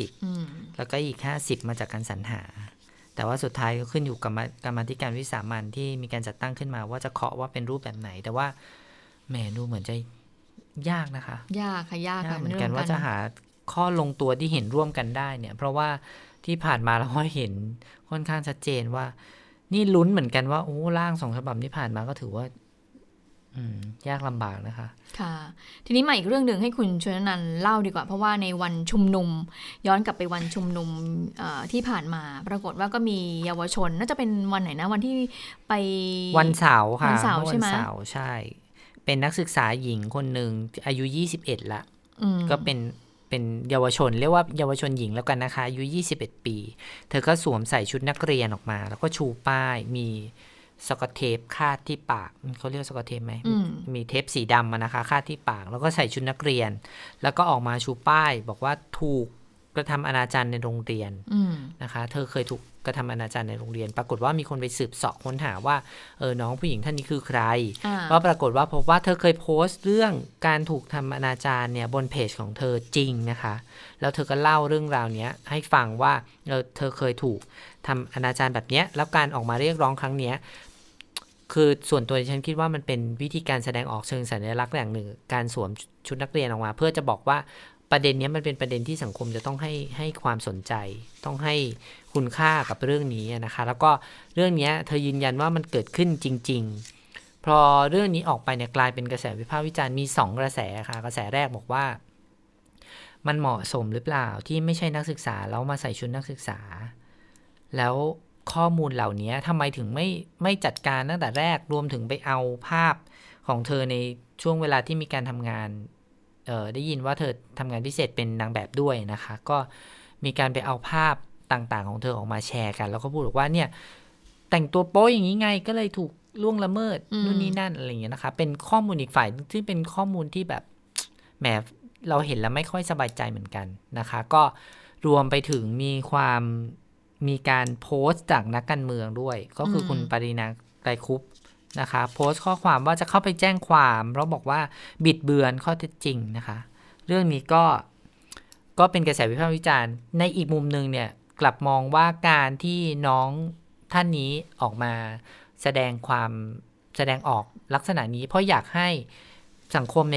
150แล้วก็อีก50มาจากการสรรหาแต่ว่าสุดท้ายก็ขึ้นอยู่กับกรรมาธิการวิสามัญที่มีการจัดตั้งขึ้นมาว่าจะเคาะว่าเป็นรูปแบบไหนแต่ว่าแหมดูเหมือนจะยากนะคะยากเหมือนกันว่าจะหาข้อลงตัวที่เห็นร่วมกันได้เนี่ยเพราะว่าที่ผ่านมาเราก็เห็นค่อนข้างชัดเจนว่านี่ลุ้นเหมือนกันว่าโอ้ร่าง2ฉบับที่ผ่านมาก็ถือว่ายากลำบากนะคะค่ะทีนี้มาอีกเรื่องหนึ่งให้คุณชนนันท์เล่าดีกว่าเพราะว่าในวันชุมนุมย้อนกลับไปวันชุมนุมที่ผ่านมาปรากฏว่าก็มีเยาวชนน่าจะเป็นวันไหนนะวันที่ไปวันเสาร์ค่ะวันเสาร์ใช่ไหมวันเสาร์ใช่เป็นนักศึกษาหญิงคนหนึ่งอายุ21ละก็เป็นเยาวชนเรียกว่าเยาวชนหญิงแล้วกันนะคะอายุ21ปีเธอก็สวมใส่ชุดนักเรียนออกมาแล้วก็ชูป้ายมีสกอตเทปคาดที่ปากเขาเรียกสกอตเทปไหมมีเทปสีดำนะคะคาดที่ปากแล้วก็ใส่ชุดนักเรียนแล้วก็ออกมาชูป้ายบอกว่าถูกกระทำอนาจารในโรงเรียนนะคะเธอเคยถูกกระทำอนาจารในโรงเรียนปรากฏว่ามีคนไปสืบเสาะค้นหาว่าน้องผู้หญิงท่านนี้คือใครก็ปรากฏว่าพบว่าเธอเคยโพสต์เรื่องการถูกทำอนาจารเนี่ยบนเพจของเธอจริงนะคะแล้วเธอก็เล่าเรื่องราวนี้ให้ฟังว่าเธอเคยถูกทำอนาจารแบบนี้แล้วการออกมาเรียกร้องครั้งนี้คือส่วนตัวฉันคิดว่ามันเป็นวิธีการแสดงออกเชิงสัญลักษณ์อย่างหนึ่งการสวมชุดนักเรียนออกมาเพื่อจะบอกว่าประเด็นนี้มันเป็นประเด็นที่สังคมจะต้องให้ความสนใจต้องให้คุณค่ากับเรื่องนี้นะคะแล้วก็เรื่องนี้เธอยืนยันว่ามันเกิดขึ้นจริงๆพอเรื่องนี้ออกไปเนี่ยกลายเป็นกระแสวิพากษ์วิจารณ์มี2กระแสค่ะกระแสแรกบอกว่ามันเหมาะสมหรือเปล่าที่ไม่ใช่นักศึกษาแล้วมาใส่ชุดนักศึกษาแล้วข้อมูลเหล่านี้ทำไมถึงไม่จัดการตั้งแต่แรกรวมถึงไปเอาภาพของเธอในช่วงเวลาที่มีการทำงานได้ยินว่าเธอทำงานพิเศษเป็นนางแบบด้วยนะคะก็มีการไปเอาภาพต่างๆของเธอออกมาแชร์กันแล้วก็พูดบอกว่าเนี่ยแต่งตัวโป๊อย่างนี้ไงก็เลยถูกล่วงละเมิดนู่นนี่นั่นอะไรอย่างเงี้ยนะคะเป็นข้อมูลอีกฝ่ายที่เป็นข้อมูลที่แบบแหมเราเห็นแล้วไม่ค่อยสบายใจเหมือนกันนะคะก็รวมไปถึงมีการโพสต์จากนักการเมืองด้วยก็คือคุณปรินาไกรคุปนะคะโพสต์ข้อความว่าจะเข้าไปแจ้งความเพราะบอกว่าบิดเบือนข้อเท็จจริงนะคะเรื่องนี้ก็เป็นกระแสวิพากษ์วิจารณ์ในอีกมุมนึงเนี่ยกลับมองว่าการที่น้องท่านนี้ออกมาแสดงออกลักษณะนี้เพราะอยากให้สังคมเนี่ยห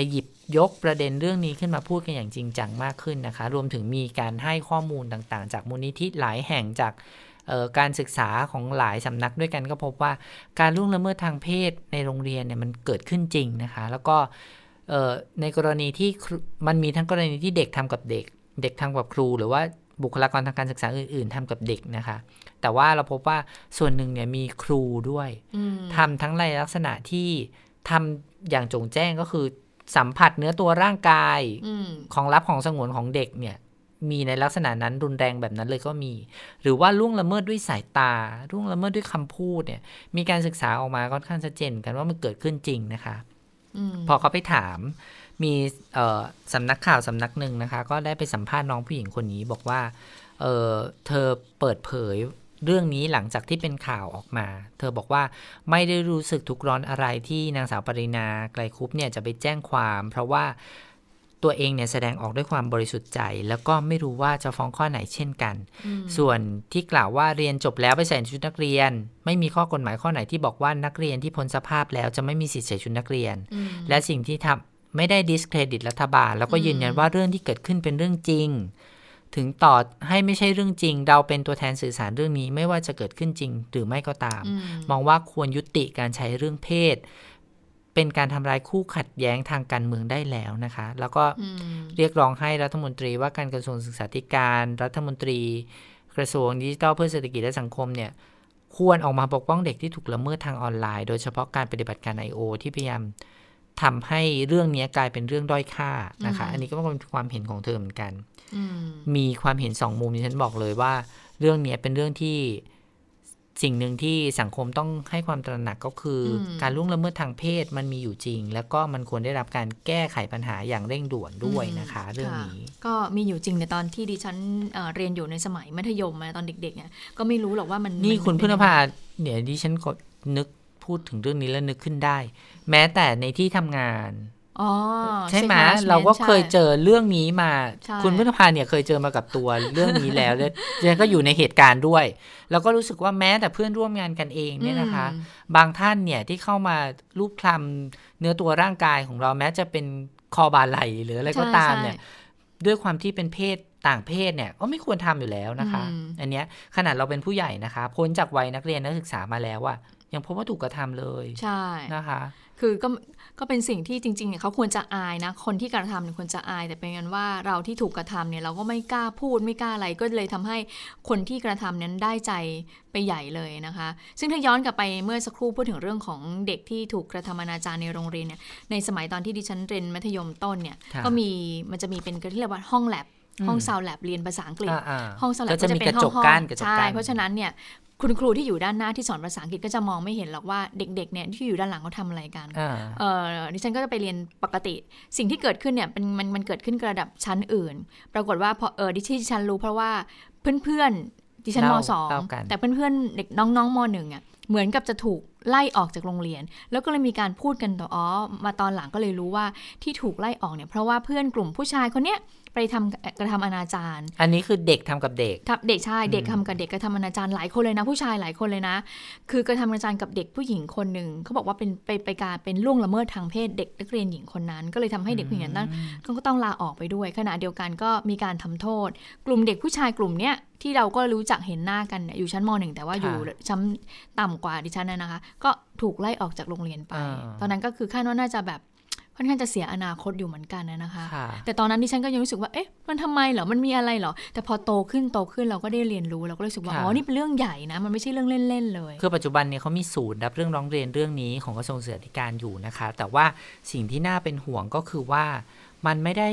ยกประเด็นเรื่องนี้ขึ้นมาพูดกันอย่างจริงจังมากขึ้นนะคะรวมถึงมีการให้ข้อมูลต่างๆจากมูลนิธิหลายแห่งจากการศึกษาของหลายสำนักด้วยกันก็พบว่าการล่วงละเมิดทางเพศในโรงเรียนเนี่ยมันเกิดขึ้นจริงนะคะแล้วก็ในกรณีที่มันมีทั้งกรณีที่เด็กทำกับเด็กเด็กทำกับครูหรือว่าบุคลากรทางการศึกษาอื่นๆทำกับเด็กนะคะแต่ว่าเราพบว่าส่วนหนึ่งเนี่ยมีครูด้วยทำทั้งในลักษณะที่ทำอย่างจงแจ้งก็คือสัมผัสเนื้อตัวร่างกายของลับของสงวนของเด็กเนี่ยมีในลักษณะนั้นรุนแรงแบบนั้นเลยก็มีหรือว่าล่วงละเมิดด้วยสายตาล่วงละเมิดด้วยคำพูดเนี่ยมีการศึกษาออกมาค่อนข้างชัดเจนกันว่ามันเกิดขึ้นจริงนะคะพอเขาไปถามมีสำนักข่าวสำนักหนึ่งนะคะก็ได้ไปสัมภาษณ์น้องผู้หญิงคนนี้บอกว่าเธอเปิดเผยเรื่องนี้หลังจากที่เป็นข่าวออกมาเธอบอกว่าไม่ได้รู้สึกทุกข์ร้อนอะไรที่นางสาวปริณาไกลคุปเนี่ยจะไปแจ้งความเพราะว่าตัวเองเนี่ยแสดงออกด้วยความบริสุทธิ์ใจแล้วก็ไม่รู้ว่าจะฟ้องข้อไหนเช่นกันส่วนที่กล่าวว่าเรียนจบแล้วไปใส่ชุดนักเรียนไม่มีข้อกฎหมายข้อไหนที่บอกว่านักเรียนที่พ้นสภาพแล้วจะไม่มีสิทธิ์ใส่ชุดนักเรียนและสิ่งที่ทำไม่ได้ดิสเครดิตรัฐบาลแล้วก็ยืนยันว่าเรื่องที่เกิดขึ้นเป็นเรื่องจริงถึงต่อให้ไม่ใช่เรื่องจริงเราเป็นตัวแทนสื่อสารเรื่องนี้ไม่ว่าจะเกิดขึ้นจริงหรือไม่ก็ตามมองว่าควรยุติการใช้เรื่องเพศเป็นการทำลายคู่ขัดแย้งทางการเมืองได้แล้วนะคะแล้วก็เรียกร้องให้รัฐมนตรีว่าการกระทรวงศึกษาธิการรัฐมนตรีกระทรวงดิจิทัลเพื่อเศรษฐกิจและสังคมเนี่ยควรออกมาปกป้องเด็กที่ถูกละเมิดทางออนไลน์โดยเฉพาะการปฏิบัติการ I.O. ที่พยายามทำให้เรื่องนี้กลายเป็นเรื่องด้อยค่านะคะอันนี้ก็เป็นความเห็นของเธอเหมือนกันมีความเห็นสองมุมที่ฉันบอกเลยว่าเรื่องนี้เป็นเรื่องที่สิ่งหนึ่งที่สังคมต้องให้ความตระหนักก็คือการล่วงละเมิดทางเพศมันมีอยู่จริงแล้วก็มันควรได้รับการแก้ไขปัญหาอย่างเร่งด่วนด้วยนะคะเรื่องนี้ก็มีอยู่จริงในตอนที่ดิฉันเรียนอยู่ในสมัยมัธยมตอนเด็กๆเนี่ยก็ไม่รู้หรอกว่ามันนี่คุณพฤนภาเนี่ยดิฉันก็นึกพูดถึงเรื่องนี้แล้วนึกขึ้นได้แม้แต่ในที่ทำงานใช่ไหมเราก็เคยเจอเรื่องนี้มาคุณพฤนภาเนี่ยเคยเจอมากับตัวเรื่องนี้แล้วแล้วดิฉันก็อยู่ในเหตุการณ์ด้วยแล้วก็รู้สึกว่าแม้แต่เพื่อนร่วมงานกันเองเนี่ยนะคะบางท่านเนี่ยที่เข้ามาลูบคลำเนื้อตัวร่างกายของเราแม้จะเป็นคอบาไหล่หรืออะไรก็ตามเนี่ยด้วยความที่เป็นเพศต่างเพศเนี่ยก็ไม่ควรทำอยู่แล้วนะคะอันเนี้ยขนาดเราเป็นผู้ใหญ่นะคะพ้นจากวัยนักเรียนนักศึกษามาแล้วอะยังพบว่าถูกกระทำเลยใช่นะคะคือก็เป็นสิ่งที่จริงๆเนี่ยเขาควรจะอายนะคนที่กระทำเนี่ยควรจะอายแต่เป็นกันว่าเราที่ถูกกระทำเนี่ยเราก็ไม่กล้าพูดไม่กล้าอะไรก็เลยทำให้คนที่กระทำนั้นได้ใจไปใหญ่เลยนะคะซึ่งถ้าย้อนกลับไปเมื่อสักครู่พูดถึงเรื่องของเด็กที่ถูกกระทำอนาจารในโรงเรียนเนี่ยในสมัยตอนที่ดิฉันเรียนมัธยมต้นเนี่ยก็มันจะมีเป็นที่เรียกว่าห้องแลบห้องซาวแลบเรียนภาษาอังกฤษห้องซาวแลบก็จะเป็นห้องใช่เพราะฉะนั้นเนี่ยคุณครูที่อยู่ด้านหน้าที่สอนภาษาอังกฤษก็จะมองไม่เห็นหรอกว่าเด็กๆเนี่ยที่อยู่ด้านหลังเขาทำอะไรกันดิฉันก็จะไปเรียนปกติสิ่งที่เกิดขึ้นเนี่ยมันเกิดขึ้นระดับชั้นอื่นปรากฏว่าพอที่ดิฉันรู้เพราะว่าเพื่อนๆดิฉันม.2 แต่เพื่อนๆเด็กน้องๆม.1อ่ะเหมือนกับจะถูกไล่ออกจากโรงเรียนแล้วก็เลยมีการพูดกันต่อมาตอนหลังก็เลยรู้ว่าที่ถูกไล่ออกเนี่ยเพราะว่าเพื่อนกลุ่มผู้ชายคนเนี้ยไปกระทำอนาจารอันนี้คือเด็กทำกับเด็กเด็กใช่เด็กทำกับเด็กกระทำอนาจารหลายคนเลยนะผู้ชายหลายคนเลยนะคือกระทำอนาจารกับเด็กผู้หญิงคนหนึ่งเขาบอกว่าไปการเป็นล่วงละเมิดทางเพศเด็กนักเรียนหญิงคนนั้นก็เลยทำให้เด็กผู้หญิงนั้นก็ต้องลาออกไปด้วยขณะเดียวกันก็มีการทำโทษกลุ่มเด็กผู้ชายกลุ่มเนี้ยที่เราก็รู้จักเห็นหน้ากันอยู่ชั้นม.1 แต่ว่าอยู่ชั้นต่ำกว่าดิฉันนะคะก็ถูกไล่ออกจากโรงเรียนไปตอนนั้นก็คือคาดว่าน่าจะแบบค่อนข้างจะเสียอนาคตอยู่เหมือนกันนะคะแต่ตอนนั้นดิฉันก็ยังรู้สึกว่าเอ๊ะมันทำไมเหรอมันมีอะไรเหรอแต่พอโตขึ้นเราก็ได้เรียนรู้เราก็รู้สึกว่าอ๋อนี่เป็นเรื่องใหญ่นะมันไม่ใช่เรื่องเล่นๆเลยคือปัจจุบันเนี่ยเขามีศูนย์รับเรื่องร้องเรียนเรื่องนี้ของกระทรวงศึกษาธิการอยู่นะคะแต่ว่าสิ่งที่น่าเป็นห่วงก็คือว่ามันไม่ได้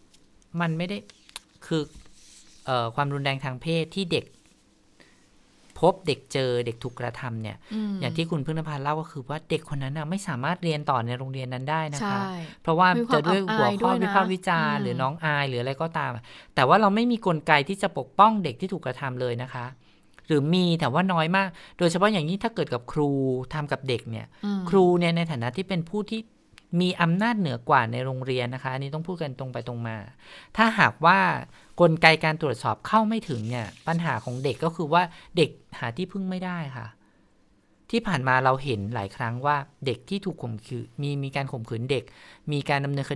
คือความรุนแรงทางเพศที่เด็กพบเด็กเจอเด็กถูกกระทำเนี่ยอย่างที่คุณพึ่งนภาเล่าก็คือว่าเด็กคนนั้นไม่สามารถเรียนต่อในโรงเรียนนั้นได้นะคะเพราะว่าจะด้วยหัวข้อวิพากษ์วิจารณ์หรือน้องอายหรืออะไรก็ตามแต่ว่าเราไม่มีกลไกที่จะปกป้องเด็กที่ถูกกระทำเลยนะคะหรือมีแต่ว่าน้อยมากโดยเฉพาะอย่างนี้ถ้าเกิดกับครูทำกับเด็กเนี่ยครูเนี่ยในฐานะที่เป็นผู้ที่มีอำนาจเหนือกว่าในโรงเรียนนะคะอันนี้ต้องพูดกันตรงไปตรงมาถ้าหากว่ากลไกการตรวจสอบเข้าไม่ถึงเนี่ยปัญหาของเด็กก็คือว่าเด็กหาที่พึ่งไม่ได้ค่ะที่ผ่านมาเราเห็นหลายครั้งว่าเด็กที่ถูกข่มขืนมีการข่มขืนเด็กมีการดำเนินคดี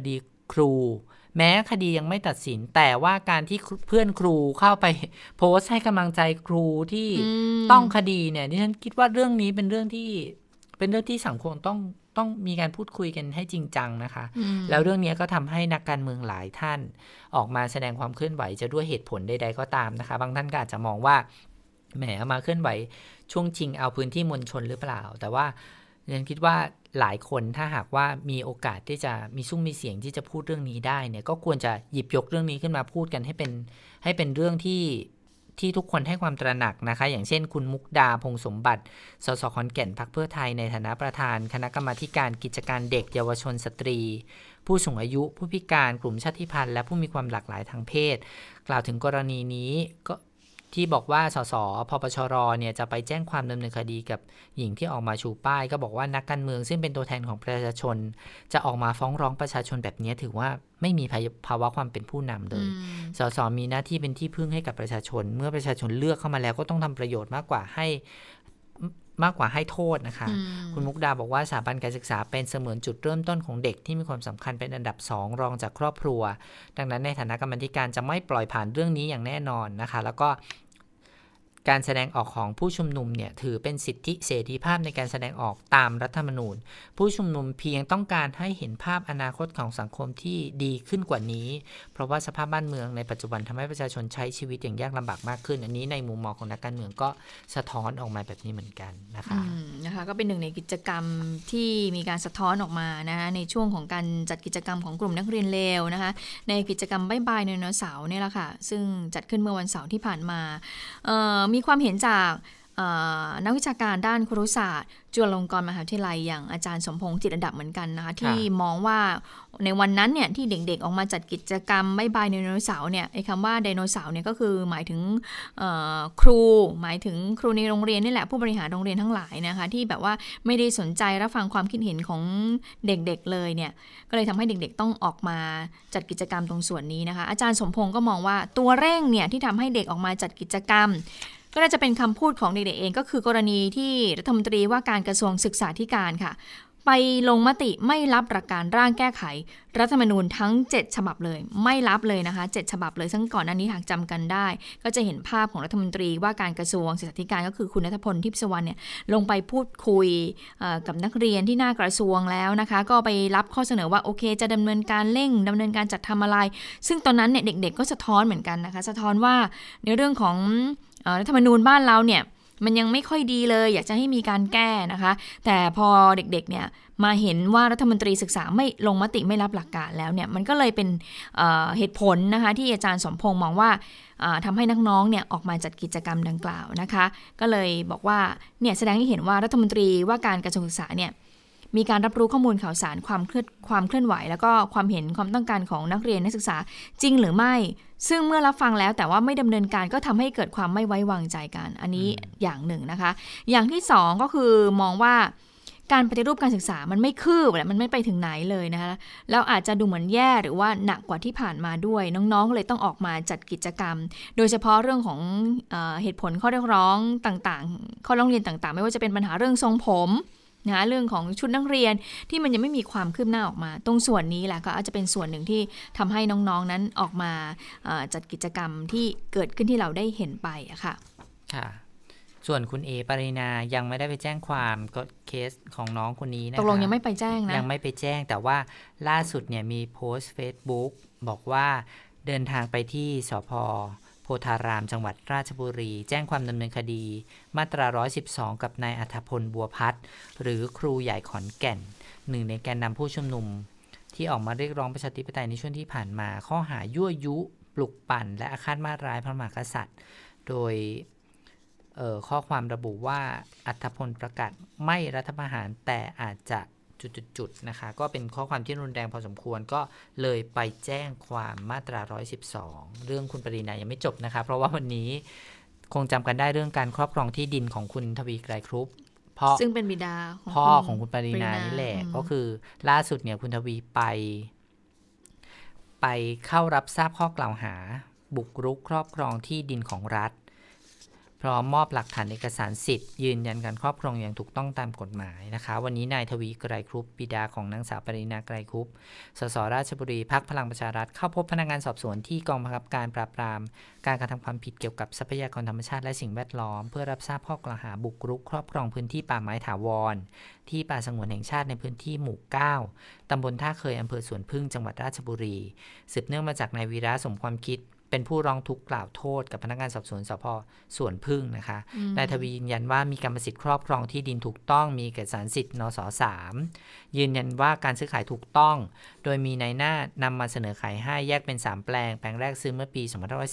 ครูแม้คดียังไม่ตัดสินแต่ว่าการที่เพื่อนครูเข้าไปโพสต์ให้กำลังใจครูที่ต้องคดีเนี่ยดิฉันคิดว่าเรื่องนี้เป็นเรื่องที่สังคมต้องมีการพูดคุยกันให้จริงจังนะคะแล้วเรื่องนี้ก็ทำให้นักการเมืองหลายท่านออกมาแสดงความเคลื่อนไหวจะด้วยเหตุผลใดๆก็ตามนะคะบางท่านก็อาจจะมองว่าแหมมาเคลื่อนไหวช่วงชิงเอาพื้นที่มวลชนหรือเปล่าแต่ว่าดิฉันคิดว่าหลายคนถ้าหากว่ามีโอกาสที่จะมีซุ้มมีเสียงที่จะพูดเรื่องนี้ได้เนี่ยก็ควรจะหยิบยกเรื่องนี้ขึ้นมาพูดกันให้เป็นเรื่องที่ทุกคนให้ความตระหนักนะคะอย่างเช่นคุณมุกดาพงษ์สมบัติสสขอนแก่นพรรคเพื่อไทยในฐานะประธานคณะกรรมาธิการกิจการเด็กเยาวชนสตรีผู้สูงอายุผู้พิการกลุ่มชาติพันธุ์และผู้มีความหลากหลายทางเพศกล่าวถึงกรณีนี้ก็ที่บอกว่าสสพปชรเนี่ยจะไปแจ้งความดำเนินคดีกับหญิงที่ออกมาชูป้ายก็บอกว่านักการเมืองซึ่งเป็นตัวแทนของประชาชนจะออกมาฟ้องร้องประชาชนแบบนี้ถือว่าไม่มีภาวะความเป็นผู้นำเลยสสมีหน้าที่เป็นที่พึ่งให้กับประชาชนเมื่อประชาชนเลือกเข้ามาแล้วก็ต้องทำประโยชน์มากกว่าให้โทษนะคะคุณมุกดาบอกว่าสถาบันการศึกษาเป็นเสมือนจุดเริ่มต้นของเด็กที่มีความสำคัญเป็นอันดับ2รองจากครอบครัวดังนั้นในฐานะกรรมาธิการจะไม่ปล่อยผ่านเรื่องนี้อย่างแน่นอนนะคะแล้วก็การแสดงออกของผู้ชุมนุมเนี่ยถือเป็นสิทธิเสรีภาพในการแสดงออกตามรัฐธรรมนูญผู้ชุมนุมเพียงต้องการให้เห็นภาพอนาคตของสังคมที่ดีขึ้นกว่านี้เพราะว่าสภาพบ้านเมืองในปัจจุบันทำให้ประชาชนใช้ชีวิตอย่างยากลำบากมากขึ้นอันนี้ในมุมมองของนักการเมืองก็สะท้อนออกมาแบบนี้เหมือนกันนะคะก็เป็นหนึ่งในกิจกรรมที่มีการสะท้อนออกมานะคะในช่วงของการจัดกิจกรรมของกลุ่มนักเรียนเลวนะคะในกิจกรรมบ๊ายบายไดโนเสาร์เนี่ยแหละค่ะซึ่งจัดขึ้นเมื่อวันเสาร์ที่ผ่านมามีความเห็นจากนักวิชาการด้านครุศาสตร์จุฬาลงกรณ์มหาวิทยาลัยอย่างอาจารย์สมพงษ์จิตรอันดับเหมือนกันนะคะที่มองว่าในวันนั้นเนี่ยที่เด็กๆออกมาจัดกิจกรรมบ๊ายบายไดโนเสาร์เนี่ยไอ้คำว่าไดโนเสาร์เนี่ยก็คือหมายถึงครูหมายถึงครูในโรงเรียนนี่แหละผู้บริหารโรงเรียนทั้งหลายนะคะที่แบบว่าไม่ได้สนใจรับฟังความคิดเห็นของเด็กๆเลยเนี่ยก็เลยทำให้เด็กๆต้องออกมาจัดกิจกรรมตรงส่วนนี้นะคะอาจารย์สมพงษ์ก็มองว่าตัวเร่งเนี่ยที่ทำให้เด็กออกมาจัดกิจกรรมก็น่าจะเป็นคำพูดของเด็กๆเองก็คือกรณีที่รัฐมนตรีว่าการกระทรวงศึกษาธิการค่ะไปลงมติไม่รับหลักการร่างแก้ไขรัฐธรรมนูญทั้ง7ฉบับเลยไม่รับเลยนะคะ7ฉบับเลยซึ่งก่อนหน้านี้หากจำกันได้ก็จะเห็นภาพของรัฐมนตรีว่าการกระทรวงศึกษาธิการก็คือคุณณัฐพลทิพย์สุวรรณเนี่ยลงไปพูดคุยกับนักเรียนที่หน้ากระทรวงแล้วนะคะก็ไปรับข้อเสนอว่าโอเคจะดำเนินการเร่งดำเนินการจัดทำอะไรซึ่งตอนนั้นเนี่ยเด็กๆก็สะท้อนเหมือนกันนะคะสะท้อนว่าในเรื่องของรัฐธรรมนูญบ้านเราเนี่ยมันยังไม่ค่อยดีเลยอยากจะให้มีการแก้นะคะแต่พอเด็กๆเนี่ยมาเห็นว่ารัฐมนตรีศึกษาไม่ลงมติไม่รับหลักการแล้วเนี่ยมันก็เลยเป็นเหตุผลนะคะที่อาจารย์สมพงษ์มองว่าทำให้นักน้องเนี่ยออกมาจัดกิจกรรมดังกล่าวนะคะก็เลยบอกว่าเนี่ยแสดงให้เห็นว่ารัฐมนตรีว่าการกระทรวงศึกษาเนี่ยมีการรับรู้ข้อมูลข่าวสารความเคลื่อนไหวแล้วก็ความเห็นความต้องการของนักเรียนนักศึกษาจริงหรือไม่ซึ่งเมื่อรับฟังแล้วแต่ว่าไม่ดำเนินการก็ทำให้เกิดความไม่ไว้วางใจกันอันนี้อย่างหนึ่งนะคะอย่างที่2ก็คือมองว่าการปฏิรูปการศึกษามันไม่คืบและมันไม่ไปถึงไหนเลยนะคะแล้วอาจจะดูเหมือนแย่หรือว่าหนักกว่าที่ผ่านมาด้วยน้องๆเลยต้องออกมาจัดกิจกรรมโดยเฉพาะเรื่องของเหตุผลข้อเรียกร้องต่างๆข้อร้องเรียนต่างๆไม่ว่าจะเป็นปัญหาเรื่องทรงผมนะเรื่องของชุดนักเรียนที่มันยังไม่มีความคืบหน้าออกมาตรงส่วนนี้แหละก็อาจจะเป็นส่วนหนึ่งที่ทำให้น้องๆนั้นออกมาจัดกิจกรรมที่เกิดขึ้นที่เราได้เห็นไปอะค่ะค่ะส่วนคุณเอปรินายังไม่ได้ไปแจ้งความก็เคสของน้องคนนี้นะคะตกลงยังไม่ไปแจ้งนะยังไม่ไปแจ้งแต่ว่าล่าสุดเนี่ยมีโพสต์ Facebook บอกว่าเดินทางไปที่สภ.โพธารามจังหวัดราชบุรีแจ้งความดำเนินคดีมาตรา112กับนายอัธพลบัวพัฒน์หรือครูใหญ่ขอนแก่นหนึ่งในแกนนำผู้ชุมนุมที่ออกมาเรียกร้องประชาธิปไตยในช่วงที่ผ่านมาข้อหายั่วยุปลุกปั่นและอาฆาตมาร้ายพระมหากษัตริย์โดยข้อความระบุว่าอัธพลประกาศไม่รัฐประหารแต่อาจจะจุดๆนะคะก็เป็นข้อความที่รุนแรงพอสมควรก็เลยไปแจ้งความมาตรา112เรื่องคุณปรินายังไม่จบนะคะเพราะว่าวันนี้คงจำกันได้เรื่องการครอบครองที่ดินของคุณทวีไกรครุฑซึ่งเป็นบิดาพ่อของคุณปรินานี่แหละก็คือล่าสุดเนี่ยคุณทวีไปเข้ารับทราบข้อกล่าวหาบุกรุกครอบครองที่ดินของรัฐพร้อมมอบหลักฐานเอกสารสิทธิ์ยืนยันการครอบครองอย่างถูกต้องตามกฎหมายนะคะวันนี้นายทวีไกรครุปบิดาของนางสาวปรินาไกรครุปสสราชบุรีพรรคพลังประชารัฐเข้าพบพนักงานสอบสวนที่กองบังคับการปราบปรามการกระทำความผิดเกี่ยวกับทรัพยากรธรรมชาติและสิ่งแวดล้อมเพื่อรับทราบข้อกล่าวหาบุกรุกครอบครองพื้นที่ป่าไม้ถาวรที่ป่าสงวนแห่งชาติในพื้นที่หมู่ 9 ตำบลท่าเคยอำเภอสวนพึ่งจังหวัดราชบุรีสืบเนื่องมาจากนายวีระสมความคิดเป็นผู้ร้องทุกข์กล่าวโทษกับพนักงานสอบสวนสภ.สวนพึ่งนะคะนายทวียืนยันว่ามีกรรมสิทธิ์ครอบครองที่ดินถูกต้องมีเอกสารสิทธิ์นส.3 ยืนยันว่าการซื้อขายถูกต้องโดยมีนายหน้านำมาเสนอขายให้แยกเป็น3แปลงแปลงแรกซื้อเมื่อปี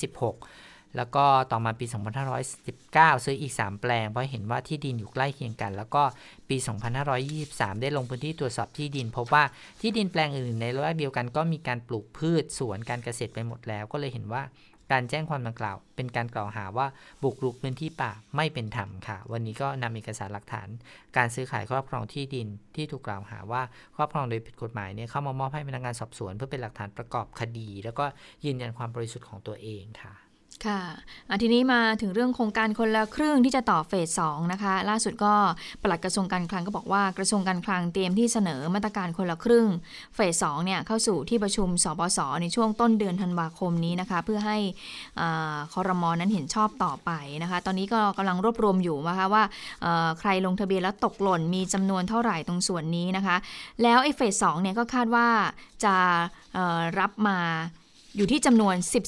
2516แล้วก็ต่อมาปี2519ซื้ออีก3แปลงเพราะเห็นว่าที่ดินอยู่ใกล้เคียงกันแล้วก็ปี2523ได้ลงพื้นที่ตรวจสอบที่ดินพบว่าที่ดินแปลงอื่นในละแวกเดียวกันก็มีการปลูกพืชสวนการเกษตรไปหมดแล้วก็เลยเห็นว่าการแจ้งความดังกล่าวเป็นการกล่าวหาว่าบุกรุกพื้นที่ป่าไม่เป็นธรรมค่ะวันนี้ก็นำเอกสารหลักฐานการซื้อขายครอบครองที่ดินที่ถูกกล่าวหาว่าครอบครองโดยผิดกฎหมายเนี่ยเข้ามามอบให้พนักงานสอบสวนเพื่อเป็นหลักฐานประกอบคดีแล้วก็ยืนยันความบริสุทธิ์ของตัวเองค่ะค่ะทีนี้มาถึงเรื่องโครงการคนละครึ่งที่จะต่อเฟส 2นะคะล่าสุดก็ปลัดกระทรวงการคลังก็บอกว่ากระทรวงการคลังเตรียมที่เสนอมาตรการคนละครึ่งเฟส 2เนี่ยเข้าสู่ที่ประชุมสบสในช่วงต้นเดือนธันวาคมนี้นะคะเพื่อให้ครม.นั้นเห็นชอบต่อไปนะคะตอนนี้ก็กำลังรวบรวมอยู่นะคะว่าใครลงทะเบียนแล้วตกหล่นมีจำนวนเท่าไหร่ตรงส่วนนี้นะคะแล้วไอ้เฟส 2เนี่ยก็คาดว่าจะรับมาอยู่ที่จำนวน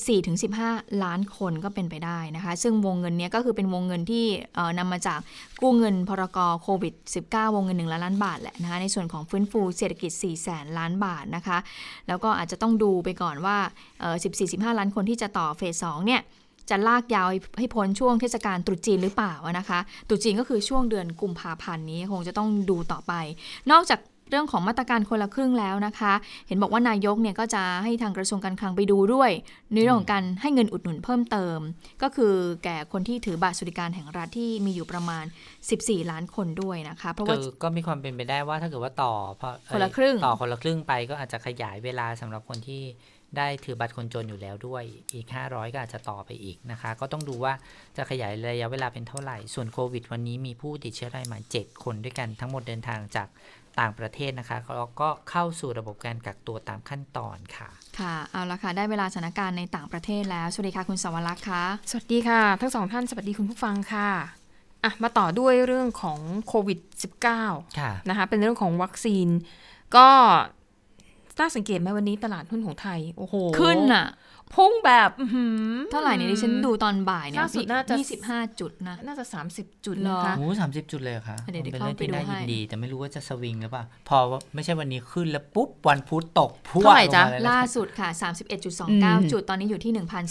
14-15 ล้านคนก็เป็นไปได้นะคะซึ่งวงเงินนี้ก็คือเป็นวงเงินที่นำมาจากกู้เงินพรก.โควิด -19 วงเงิน1 ล้านบาทแหละนะคะในส่วนของฟื้นฟูเศรษฐกิจ 400,000 ล้านบาทนะคะแล้วก็อาจจะต้องดูไปก่อนว่า 14-15 ล้านคนที่จะต่อเฟส 2เนี่ยจะลากยาวให้พ้นช่วงเทศกาลตรุษจีนหรือเปล่านะคะตรุษจีนก็คือช่วงเดือนกุมภาพันธ์นี้คงจะต้องดูต่อไปนอกจากเรื่องของมาตรการคนละครึ่งแล้วนะคะเห็นบอกว่านายกเนี่ยก็จะให้ทางกระทรวงการคลังไปดูด้วยในเรื่องของการให้เงินอุดหนุนเพิ่มเติมก็คือแก่คนที่ถือบัตรสวัสดิการแห่งรัฐที่มีอยู่ประมาณ14ล้านคนด้วยนะคะเพราะว่าก็มีความเป็นไปได้ว่าถ้าเกิดว่าต่อคนละครึ่งไปก็อาจจะขยายเวลาสำหรับคนที่ได้ถือบัตรคนจนอยู่แล้วด้วยอีก500ก็อาจจะต่อไปอีกนะคะก็ต้องดูว่าจะขยายระยะเวลาเป็นเท่าไหร่ส่วนโควิดวันนี้มีผู้ติดเชื้อรายใหม่7คนด้วยกันทั้งหมดเดินทางจากต่างประเทศนะคะแล้วก็เข้าสู่ระบบการกักตัวตามขั้นตอนค่ะค่ะเอาละค่ะได้เวลาสถานการณ์ในต่างประเทศแล้วสวัสดีค่ะคุณสวรักษ์ค่ะสวัสดีค่ะทั้งสองท่านสวัสดีคุณผู้ฟังค่ะมาต่อด้วยเรื่องของโควิด -19 นะคะเป็นเรื่องของวัคซีนก็น่าสังเกตไหมวันนี้ตลาดหุ้นของไทยโอ้โหขึ้นอ่ะพุ่งแบบเท่าไหร่เนี่ยดิฉันดูตอนบ่ายเนี่ย25จุดนะน่าจะ30จุดนะคะโอ้30จุดเลยค่ะเป็นเรื่องที่น่ายินดีแต่ไม่รู้ว่าจะสวิงหรือเปล่าพอไม่ใช่วันนี้ขึ้นแล้วปุ๊บวันพุธตกพรวดเท่าไหร่จ๊ะล่าสุดค่ะ 31.29 จุดตอนนี้อยู่ที่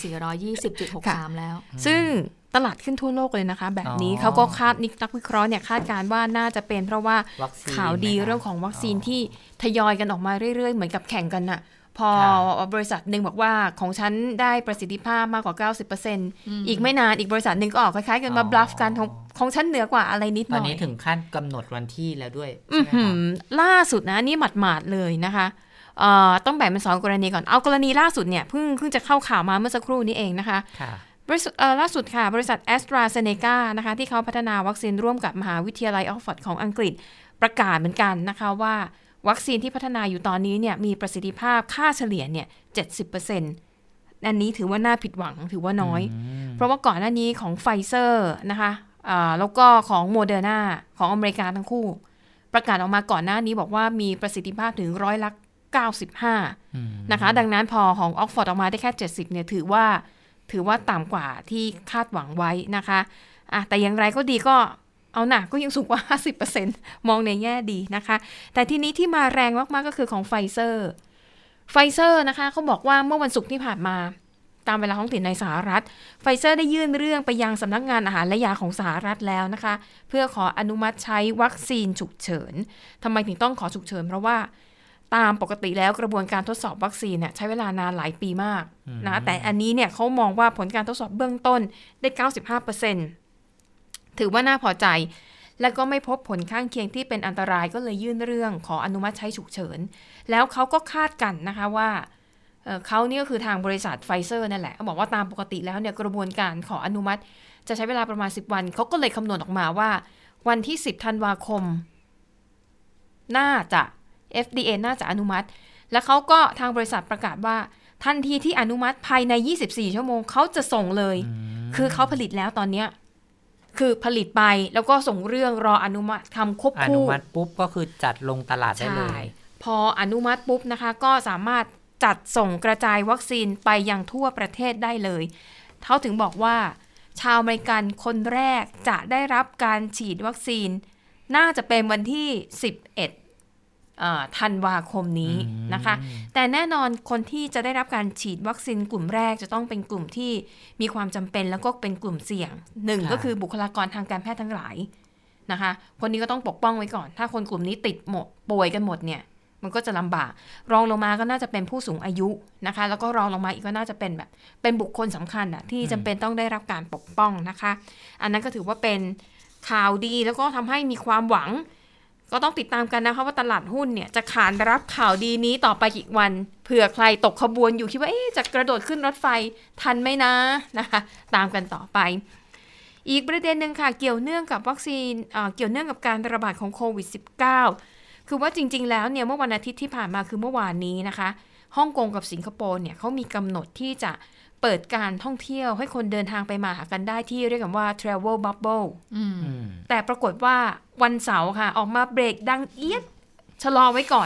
1,420.63 แล้วซึ่งตลาดขึ้นทั่วโลกเลยนะคะแบบนี้เขาก็คาดนักวิเคราะห์เนี่ยคาดการณ์ว่าน่าจะเป็นเพราะว่าข่าวดีเรื่องของวัคซีนที่ทยอยกันออกมาเรื่อยๆเหมือนกับแข่งกันน่ะพอบริษัทหนึ่งบอกว่าของฉันได้ประสิทธิภาพมากกว่า 90% อีกไม่นานอีกบริษัทหนึ่งก็ออกคล้ายๆกันมาบลัฟกันของฉันเหนือกว่าอะไรนิดหน่อยตอนนี้ถึงขั้นกำหนดวันที่แล้วด้วยล่าสุดนะนี่หมาดๆเลยนะคะต้องแบ่งเป็น2กรณีก่อนเอากรณีล่าสุดเนี่ยเพิ่งจะเข้าข่าวมาเมื่อสักครู่นี้เองนะคะล่าสุดค่ะบริษัท AstraZeneca นะคะที่เขาพัฒนาวัคซีนร่วมกับมหาวิทยาลัยออกฟอร์ดของอังกฤษประกาศเหมือนกันนะคะว่าวัคซีนที่พัฒนาอยู่ตอนนี้เนี่ยมีประสิทธิภาพค่าเฉลี่ยเนี่ย 70% อันนี้ถือว่าน่าผิดหวังถือว่าน้อยเพราะว่าก่อนหน้านี้ของไฟเซอร์นะคะแล้วก็ของโมเดอร์นาของอเมริกาทั้งคู่ประกาศออกมาก่อนหน้านี้บอกว่ามีประสิทธิภาพถึง95%นะคะดังนั้นพอของออกฟอร์ดออกมาได้แค่70เนี่ยถือว่าต่ำกว่าที่คาดหวังไว้นะคะแต่อย่างไรก็ดีก็เอาหนักก็ยังสูงกว่า 50% มองในแง่ดีนะคะแต่ทีนี้ที่มาแรงมากๆก็คือของไฟเซอร์นะคะเขาบอกว่าเมื่อวันศุกร์ที่ผ่านมาตามเวลาท้องถิ่นในสหรัฐไฟเซอร์ได้ยื่นเรื่องไปยังสำนักงานอาหารและยาของสหรัฐแล้วนะคะเพื่อขออนุมัติใช้วัคซีนฉุกเฉินทำไมถึงต้องขอฉุกเฉินเพราะว่าตามปกติแล้วกระบวนการทดสอบวัคซีนเนี่ยใช้เวลานานหลายปีมากนะแต่อันนี้เนี่ยเขามองว่าผลการทดสอบเบื้องต้นได้ 95%ถือว่าน่าพอใจและก็ไม่พบผลข้างเคียงที่เป็นอันตรายก็เลยยื่นเรื่องขออนุมัติใช้ฉุกเฉินแล้วเขาก็คาดกันนะคะว่าเขานี่ก็คือทางบริษัทไฟเซอร์นั่นแหละเขาบอกว่าตามปกติแล้วเนี่ยกระบวนการขออนุมัติจะใช้เวลาประมาณ10 วันเขาก็เลยคำนวณออกมาว่าวันที่10 ธันวาคมน่าจะ FDA น่าจะอนุมัติแล้วเขาก็ทางบริษัทประกาศว่าทันทีที่อนุมัติภายใน24 ชั่วโมงเขาจะส่งเลยคือเขาผลิตแล้วตอนนี้คือผลิตไปแล้วก็ส่งเรื่องรออนุมัติทำควบคู่อนุมัติปุ๊บก็คือจัดลงตลาดได้เลยพออนุมัติปุ๊บนะคะก็สามารถจัดส่งกระจายวัคซีนไปยังทั่วประเทศได้เลยเขาถึงบอกว่าชาวอเมริกันคนแรกจะได้รับการฉีดวัคซีนน่าจะเป็นวันที่11ธันวาคมนี้นะคะแต่แน่นอนคนที่จะได้รับการฉีดวัคซีนกลุ่มแรกจะต้องเป็นกลุ่มที่มีความจำเป็นแล้วก็เป็นกลุ่มเสี่ยง1ก็คือบุคลากรทางการแพทย์ทั้งหลายนะคะคนนี้ก็ต้องปกป้องไว้ก่อนถ้าคนกลุ่มนี้ติดหมดป่วยกันหมดเนี่ยมันก็จะลำบากรองลงมาก็น่าจะเป็นผู้สูงอายุนะคะแล้วก็รองลงมาอีกก็น่าจะเป็นแบบเป็นบุคคลสำคัญที่จำเป็นต้องได้รับการปกป้องนะคะอันนั้นก็ถือว่าเป็นข่าวดีแล้วก็ทำให้มีความหวังก็ต้องติดตามกันนะคะว่าตลาดหุ้นเนี่ยจะขานรับข่าวดีนี้ต่อไปกี่วันเผื่อใครตกขบวนอยู่คิดว่าจะกระโดดขึ้นรถไฟทันไหมนะนะคะตามกันต่อไปอีกประเด็นนึงค่ะเกี่ยวเนื่องกับวัคซีนเกี่ยวเนื่องกับการระบาดของโควิด -19 คือว่าจริงๆแล้วเนี่ยเมื่อวันอาทิตย์ที่ผ่านมาคือเมื่อวานนี้นะคะฮ่องกงกับสิงคโปร์เนี่ยเขามีกำหนดที่จะเปิดการท่องเที่ยวให้คนเดินทางไปมาหากันได้ที่เรียกกันว่า travel bubble แต่ปรากฏว่าวันเสาร์ค่ะออกมาเบรกดังเอี๊ยดชะลอไปก่อน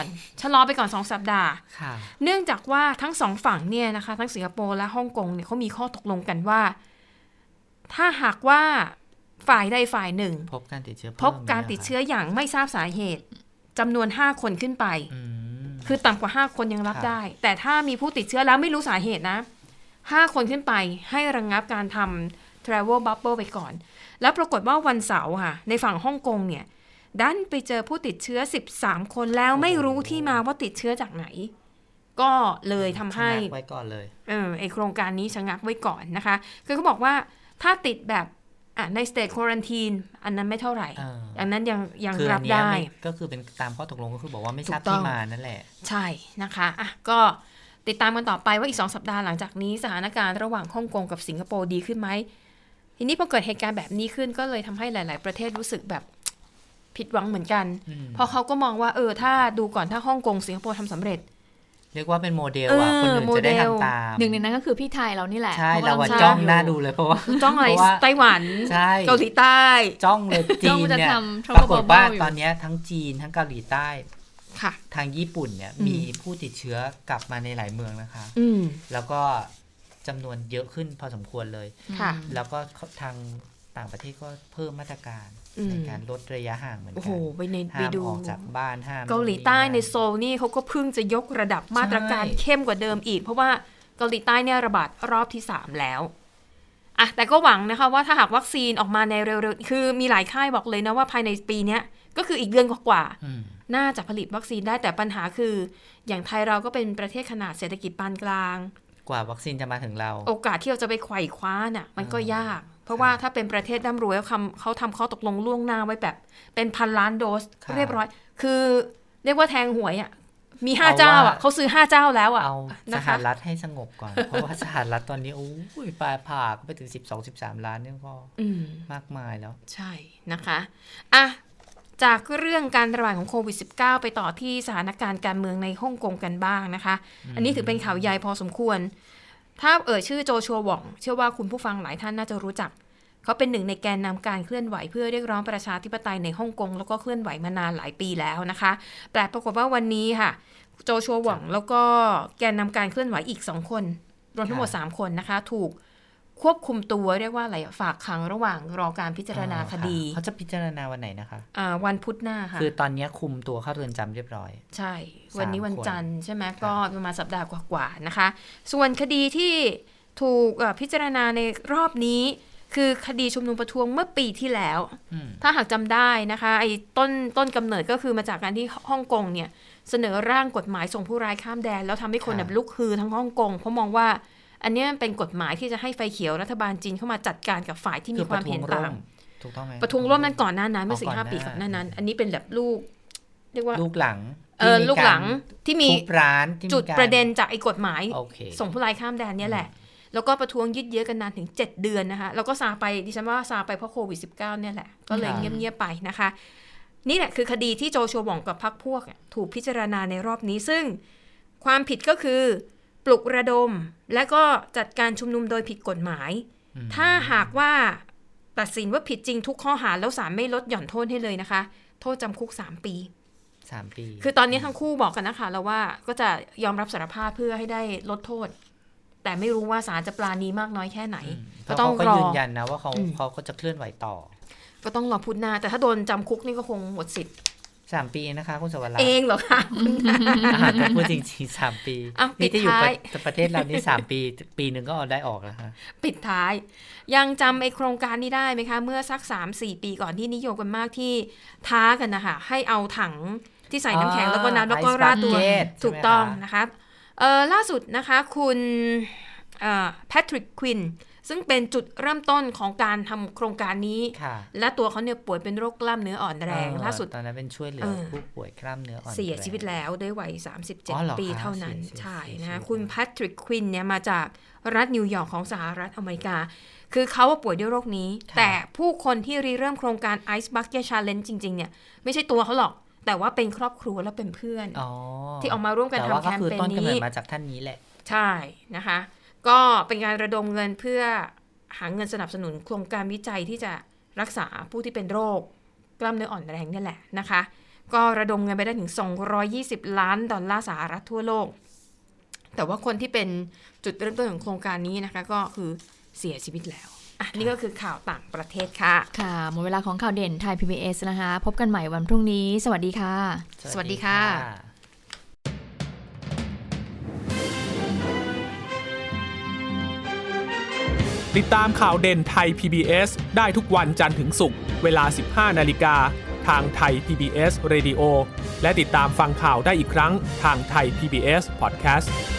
2 สัปดาห์เนื่องจากว่าทั้งสองฝั่งเนี่ยนะคะทั้งสิงคโปร์และฮ่องกงเนี่ยเขามีข้อตกลงกันว่าถ้าหากว่าฝ่ายใดฝ่ายหนึ่งพบการติดเชื้ออย่างไม่ทราบสาเหตุจำนวน5 คนขึ้นไปคือต่ำกว่า5 คนยังรับได้แต่ถ้ามีผู้ติดเชื้อแล้วไม่รู้สาเหตุนะ5 คนขึ้นไปให้ระงับการทำ travel bubble ไปก่อนแล้วปรากฏว่าวันเสาร์ค่ะในฝั่งฮ่องกงเนี่ยดันไปเจอผู้ติดเชื้อ13 คนแล้วไม่รู้ที่มาว่าติดเชื้อจากไหนก็เลยทำให้ไว้ก่อนเลยไอโครงการนี้ชะงักไว้ก่อนนะคะคือเขาบอกว่าถ้าติดแบบใน state quarantine อันนั้นไม่เท่าไหร่อันนั้นยังรับได้ก็คือเป็นตามข้อตกลงก็คือบอกว่าไม่ทราบที่มานั่นแหละใช่นะคะก็ติดตามกันต่อไปว่าอีก2 สัปดาห์หลังจากนี้สถานการณ์ระหว่างฮ่องกงกับสิงคโปร์ดีขึ้นไหมทีนี้พอเกิดเหตุการณ์แบบนี้ขึ้นก็เลยทำให้หลายๆประเทศรู้สึกแบบผิดหวังเหมือนกันเพราะเขาก็มองว่าถ้าดูก่อนถ้าฮ่องกงสิงคโปร์ทำสำเร็จเรียกว่าเป็นโมเดลคนอื่นจะได้ทำตามหนึ่งในนั้นก็คือพี่ไทยเรานี่แหละใช่เราจ้องหน้าดูเลยเพราะว่าจ้องอะไรไต้หวันเกาหลีใต้จ้องเลยจีนเนี่ยปรากฏว่าตอนนี้ทั้งจีนทั้งเกาหลีใต้ทางญี่ปุ่นเนี่ยมีผู้ติดเชื้อกลับมาในหลายเมืองนะคะแล้วก็จำนวนเยอะขึ้นพอสมควรเลยแล้วก็ทางต่างประเทศก็เพิ่มมาตรการในการลดระยะห่างเหมือนกันห้ามออกจากบ้านห้ามเกาหลีใต้ในโซลนี่เขาก็เพิ่งจะยกระดับมาตรการเข้มกว่าเดิมอีกเพราะว่าเกาหลีใต้เนี่ยระบาดรอบที่3แล้วแต่ก็หวังนะคะว่าถ้าหากวัคซีนออกมาในเร็วๆคือมีหลายค่ายบอกเลยนะว่าภายในปีนี้ก็คืออีกเดือนกว่าน่าจะผลิตวัคซีนได้แต่ปัญหาคืออย่างไทยเราก็เป็นประเทศขนาดเศรษฐกิจปานกลางกว่าวัคซีนจะมาถึงเราโอกาสที่เราจะไปไขว่คว้าน่ะมันก็ยากเพราะว่าถ้าเป็นประเทศร่ำรวยเขาทำข้อตกลงล่วงหน้าไว้แบบเป็น1,000 ล้านโดสเรียบร้อยคือเรียกว่าแทงหวยมี5 เจ้าเขาซื้อ5 เจ้าแล้วเอาสหรัฐให้สงบก่อนเพราะว่าสหรัฐตอนนี้ปลายผ่าก็ไปถึง12-13 ล้านนี่ก็มากมายแล้วใช่นะคะจากเรื่องการระบาดของโควิด -19 ไปต่อที่สถานการณ์การเมืองในฮ่องกงกันบ้างนะคะอันนี้ถือเป็นข่าวใหญ่พอสมควรถ้าชื่อโจชัวหว่องเชื่อว่าคุณผู้ฟังหลายท่านน่าจะรู้จักเขาเป็นหนึ่งในแกนนำการเคลื่อนไหวเพื่อเรียกร้องประชาธิปไตยในฮ่องกงแล้วก็เคลื่อนไหวมานานหลายปีแล้วนะคะแต่ปรากฏว่าวันนี้ค่ะโจชัวหว่องแล้วก็แกนนำการเคลื่อนไหวอีก2 คนรวมทั้งหมด3 คนนะคะถูกควบคุมตัวเรียกว่าอะไรฝากขังระหว่างรอการพิจารณาคดีเขาจะพิจารณาวันไหนนะคะวันพุธหน้าค่ะคือตอนนี้คุมตัวเข้าเรือนจำเรียบร้อยใช่วันนี้วันจันทร์ใช่ไหมก็ประมาณสัปดาห์กว่าๆนะคะส่วนคดีที่ถูกพิจารณาในรอบนี้คือคดีชุมนุมประท้วงเมื่อปีที่แล้วถ้าหากจำได้นะคะไอ้ต้นกำเนิดก็คือมาจากการที่ฮ่องกงเนี่ยเสนอร่างกฎหมายส่งผู้ร้ายข้ามแดนแล้วทำให้คนลุกฮือทั้งฮ่องกงเพราะมองว่าอันนี้เป็นกฎหมายที่จะให้ไฟเขียวรัฐบาลจีนเข้ามาจัดการกับฝ่ายที่มีความเห็นต่างถูกต้องไหมประท้วงร่วมนั้นก่อนหน้านั้นเมื่อ 4-5 ปีก่อนหน้านั้นอันนี้เป็นแบบลูกเรียกว่าลูกหลังลูกหลังที่มีร้านจุดประเด็นจากไอ้กฎหมาย okay. ส่งผู้ร้ายข้ามแดนเนี่ยแหละแล้วก็ประท้วงยืดเยื้อกันนานถึง7 เดือนนะคะแล้วก็ซาไปดิฉันว่าซาไปเพราะโควิด -19 เนี่ยแหละก็เลยเงียบๆไปนะคะนี่แหละคือคดีที่โจชัวหว่องกับพรรคพวกถูกพิจารณาในรอบนี้ซึ่งความผิดก็คือปลุกระดมและก็จัดการชุมนุมโดยผิดกฎหมายถ้าหากว่าตัดสินว่าผิดจริงทุกข้อหาแล้วศาลไม่ลดหย่อนโทษให้เลยนะคะโทษจำคุก3 ปีคือตอนนี้ทั้งคู่บอกกันนะคะแล้วว่าก็จะยอมรับสารภาพเพื่อให้ได้ลดโทษแต่ไม่รู้ว่าศาลจะปราณีมากน้อยแค่ไหนก็ต้องรอยืนยันนะว่าเขาก็จะเคลื่อนไหวต่อก็ต้องรอพุธหน้าแต่ถ้าโดนจำคุกนี่ก็คงหมดสิทธิ์ 3 ปีนะคะคุณสวรรค์เองเหรอคะแต่พูดจริงๆ3 ปีนี่ที่อยู่ประเทศเรานี่3 ปีนึงก็ได้ออกแล้วค่ะปิดท้ายยังจำไอ้โครงการนี้ได้ไหมคะเมื่อสัก 3-4 ปีก่อนที่นิยมกันมากที่ท้ากันนะคะให้เอาถังที่ใส่น้ำแข็งแล้วก็น้ำแล้วก็ราดตัวถูกต้องนะคะล่าสุดนะคะคุณแพทริกควินซึ่งเป็นจุดเริ่มต้นของการทำโครงการนี้และตัวเขาเนี่ยป่วยเป็นโรคกล้ามเนื้ออ่อนแรงล่าสุดตอนนั้นเป็นช่วยเหลือผู้ป่วยกล้ามเนื้ออ่อนแรงเสียชีวิตแล้วด้วยวัย37 ปีเท่านั้นใช่นะคะคุณแพทริกควินเนี่ยมาจากรัฐนิวยอร์กของสหรัฐอเมริกาคือเขาป่วยด้วยโรคนี้แต่ผู้คนที่ริเริ่มโครงการ Ice Bucket Challenge จริงๆเนี่ยไม่ใช่ตัวเขาหรอกแต่ว่าเป็นครอบครัวและเป็นเพื่อนที่ออกมาร่วมกันทำแคมเปญนี้แต่ว่าก็คือต้นกำเนิดมาจากท่านนี้แหละใช่นะคะก็เป็นการระดมเงินเพื่อหาเงินสนับสนุนโครงการวิจัยที่จะรักษาผู้ที่เป็นโรคกล้ามเนื้ออ่อนแรงนี่แหละนะคะก็ระดมเงินไปได้ถึง$220 ล้านสหรัฐทั่วโลกแต่ว่าคนที่เป็นจุดเริ่มต้นของโครงการนี้นะคะก็คือเสียชีวิตแล้วนี่ก็คือข่าวต่างประเทศค่ะค่ะหมดเวลาของข่าวเด่นไทย PBS นะคะพบกันใหม่วันพรุ่งนี้สวัสดีค่ะสวัสดีค่ะติดตามข่าวเด่นไทย PBS ได้ทุกวันจันทร์ถึงศุกร์เวลา 15 นาฬิกาทางไทย PBS Radio และติดตามฟังข่าวได้อีกครั้งทางไทย PBS Podcast